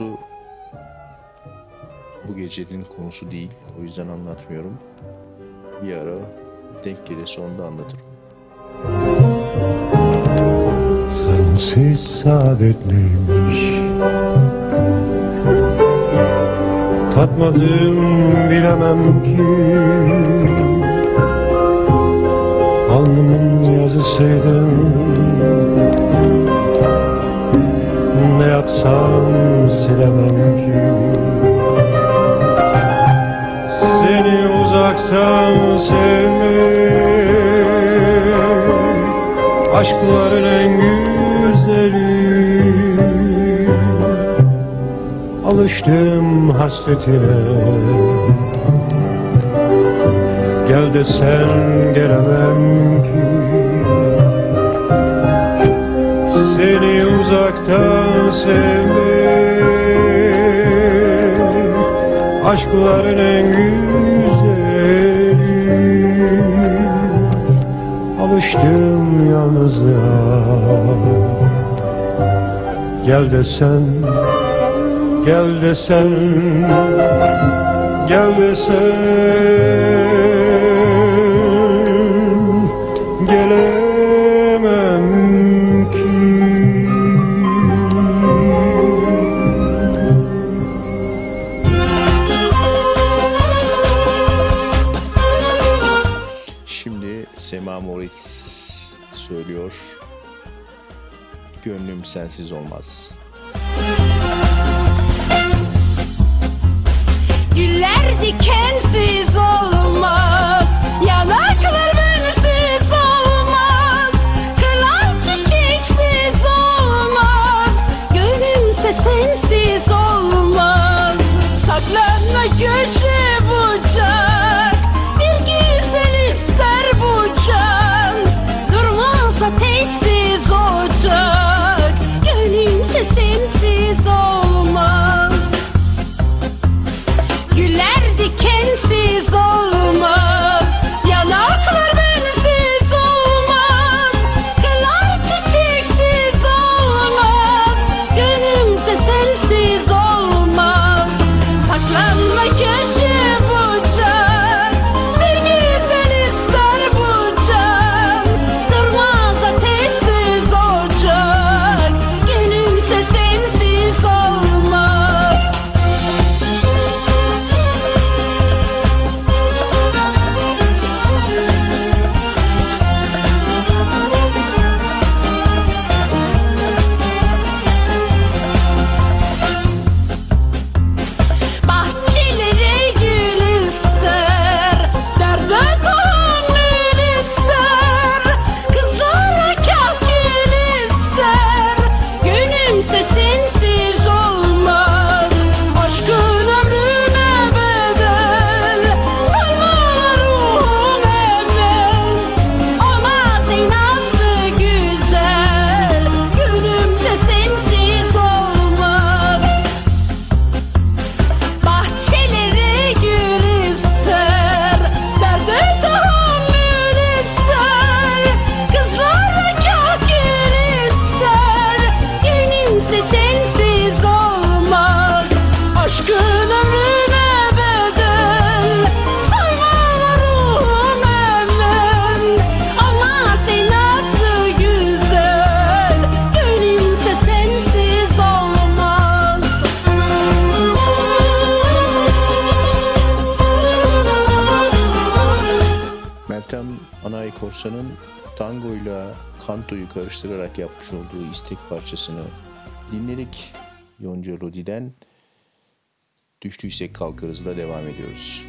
bu gecenin konusu değil, o yüzden anlatmıyorum. Bir ara denk gelirse onu da anlatırım. Sensiz saadet neymiş? Tatmadım bilemem ki. Alnımın yazısıydın. Ne yapsam silemem ki. Seni uzaktan sevmek aşkların en güzeli. Alıştım hasretine. Gel desen gelemem ki. Seni uzaktan sevmek aşkların en güzeli. Alıştım yalnızlığa. Gel desen, gel desen, gel desen gelemem ki. Şimdi Sema Moritz söylüyor. Gönlüm sensiz olmaz. Güller dikensiz olmaz, yanaklar bensiz olmaz, kınar çiçeksiz olmaz, gönlümse sensiz olmaz. Saklanma köşe bucak, bir güzel ister bu can, durmaz ateşsiz ocak, gönlümse sensiz olmaz. Güller Günay Korsan'ın tangoyla kantoyu karıştırarak yapmış olduğu istek parçasını dinledik. Yonca Lodi'den Düştüysek Kalkarız'la devam ediyoruz.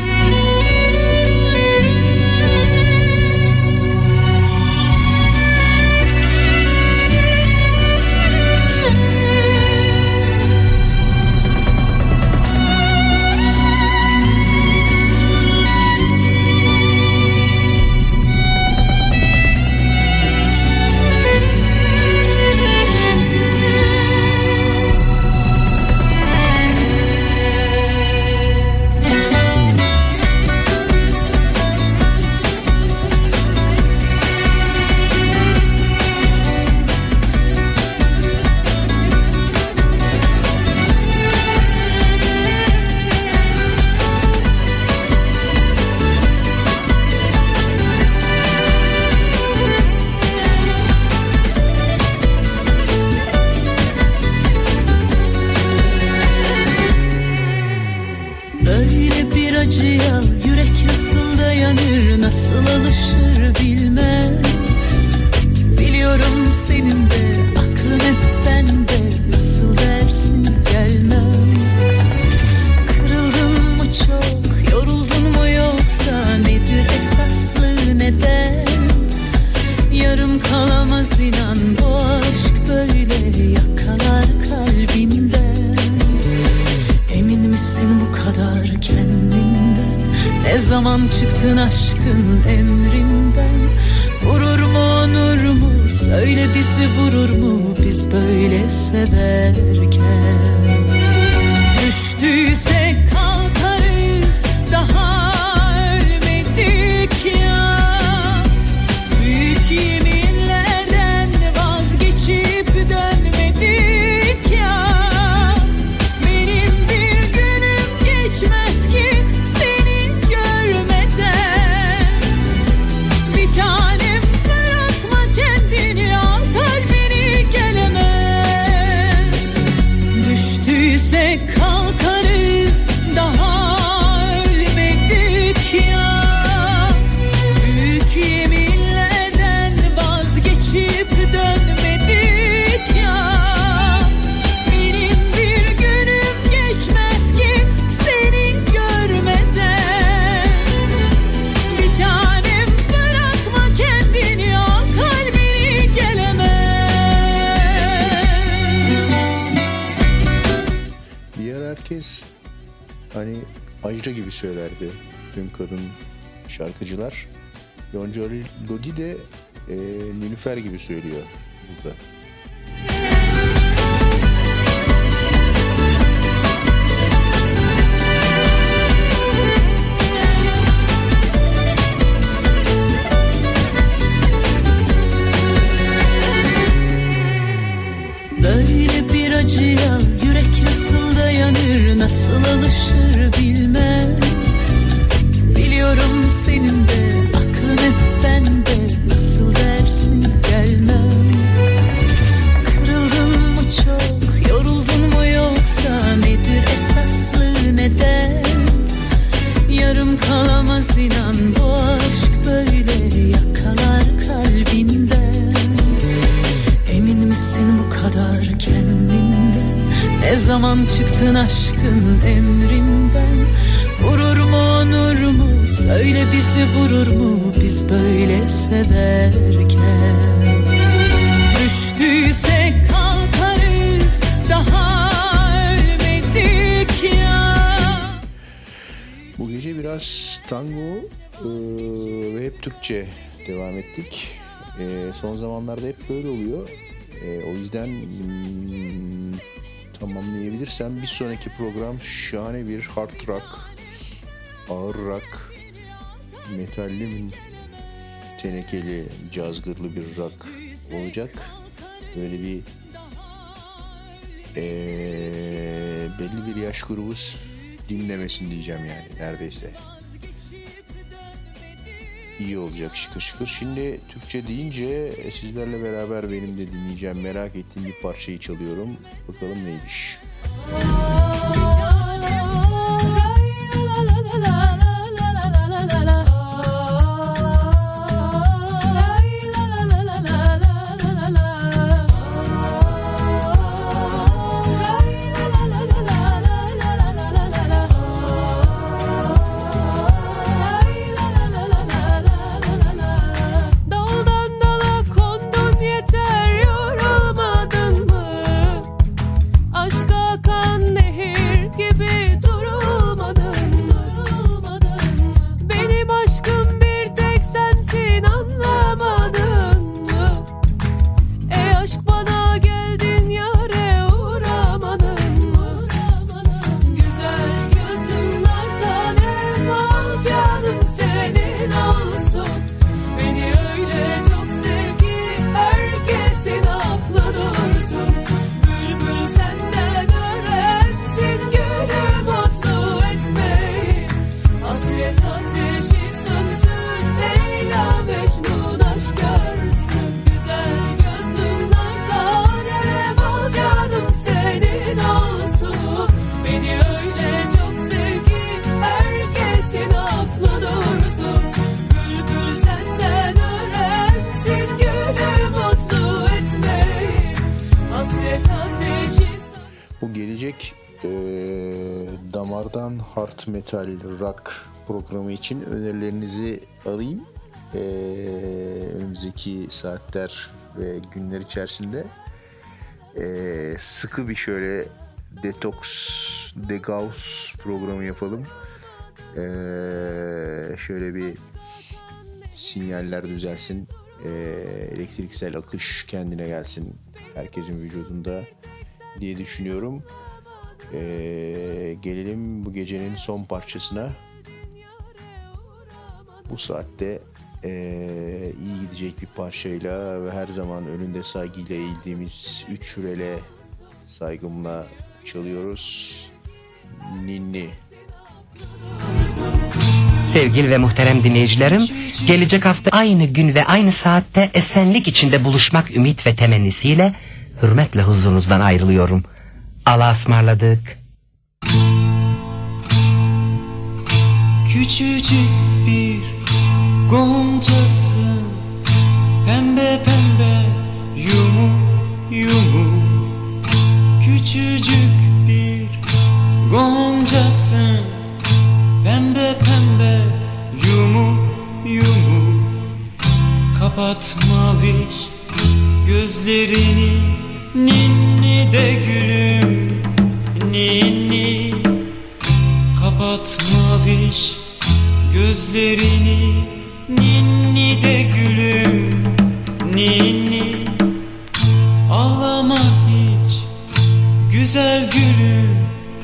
Şarkıcılar. Yonca Lodi de Nilüfer gibi söylüyor burada. Böyle bir acıya yürek nasıl dayanır, nasıl alışır bilmem. Biliyorum senin de aklın hep bende, nasıl dersin gelmem. Kırıldın mı çok, yoruldun mu yoksa nedir esaslı neden? Yarım kalamaz inan bu aşk böyle yakalar kalbinden. Emin misin bu kadar kendinden? Ne zaman çıktın aşkın emrinden? Gurur mu onur mu, söyle bizi vurur mu biz böyle severken? Düştüysek kalkarız, daha ölmedik ya. Bu gece biraz tango ve hep Türkçe devam ettik. Son zamanlarda hep böyle oluyor. O yüzden tamamlayabilirsem bir sonraki program şahane bir hard rock, ağır rock, metalli, tenekeli, cazgırlı bir rock olacak. Böyle bir belli bir yaş grubu dinlemesin diyeceğim yani neredeyse. İyi olacak, şıkır şıkır. Şimdi Türkçe deyince sizlerle beraber benim de dinleyeceğim, merak ettiğim bir parçayı çalıyorum. Bakalım neymiş. gelecek damardan hard metal rock programı için önerilerinizi alayım. Önümüzdeki saatler ve günler içerisinde sıkı bir şöyle detox programı yapalım. Şöyle bir sinyaller düzelsin, elektriksel akış kendine gelsin herkesin vücudunda diye düşünüyorum. Gelelim bu gecenin son parçasına. Bu saatte iyi gidecek bir parçayla ve her zaman önünde saygıyla eğildiğimiz 3 rele saygımla çalıyoruz. Ninni. Sevgili ve muhterem dinleyicilerim, gelecek hafta aynı gün ve aynı saatte esenlik içinde buluşmak ümit ve temennisiyle hürmetle huzurunuzdan ayrılıyorum. Allah'a ısmarladık. Küçücük bir goncasın, pembe pembe yumuk yumuk. Küçücük bir goncasın, pembe pembe yumuk yumuk. Kapat maviş gözlerini, ninni de gülüm ninni. Kapat maviş gözlerini, ninni de gülüm ninni. Ağlama hiç güzel gülüm,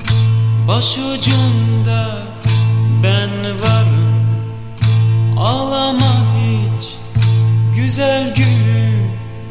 başucunda ben varım. Ağlama hiç güzel gülüm,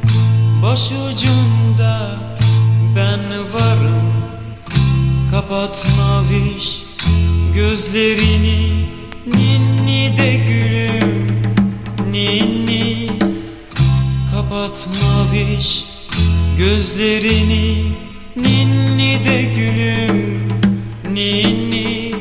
başucunda ben varım. Kapat maviş gözlerini, ninni de gülüm ninni. Kapat maviş gözlerini, ninni de gülüm ninni.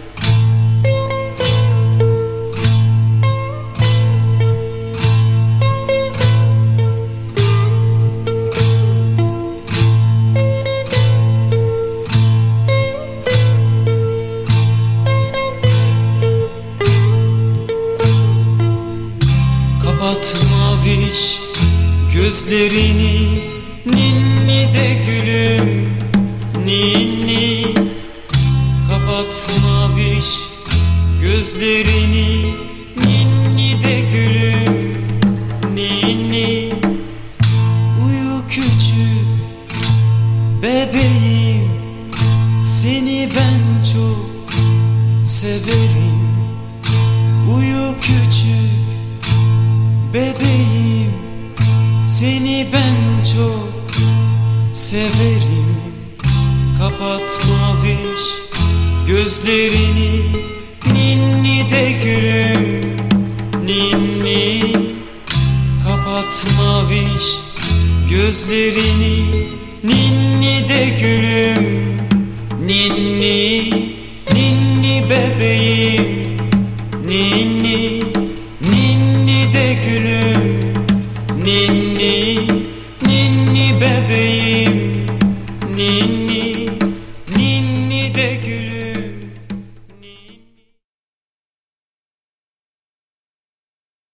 Kapat maviş gözlerini, ninni de gülüm ninni. Kapat maviş gözlerini, ninni de gülüm ninni. Uyu küçük bebeğim, seni ben çok severim. Uyu küçük bebeğim, seni ben çok severim. Kapat maviş gözlerini, ninni de gülüm ninni. Kapat maviş gözlerini, ninni de gülüm ninni. Ninni bebeğim ninni, ninni de gülüm ninni. Ninni bebeğim ninni.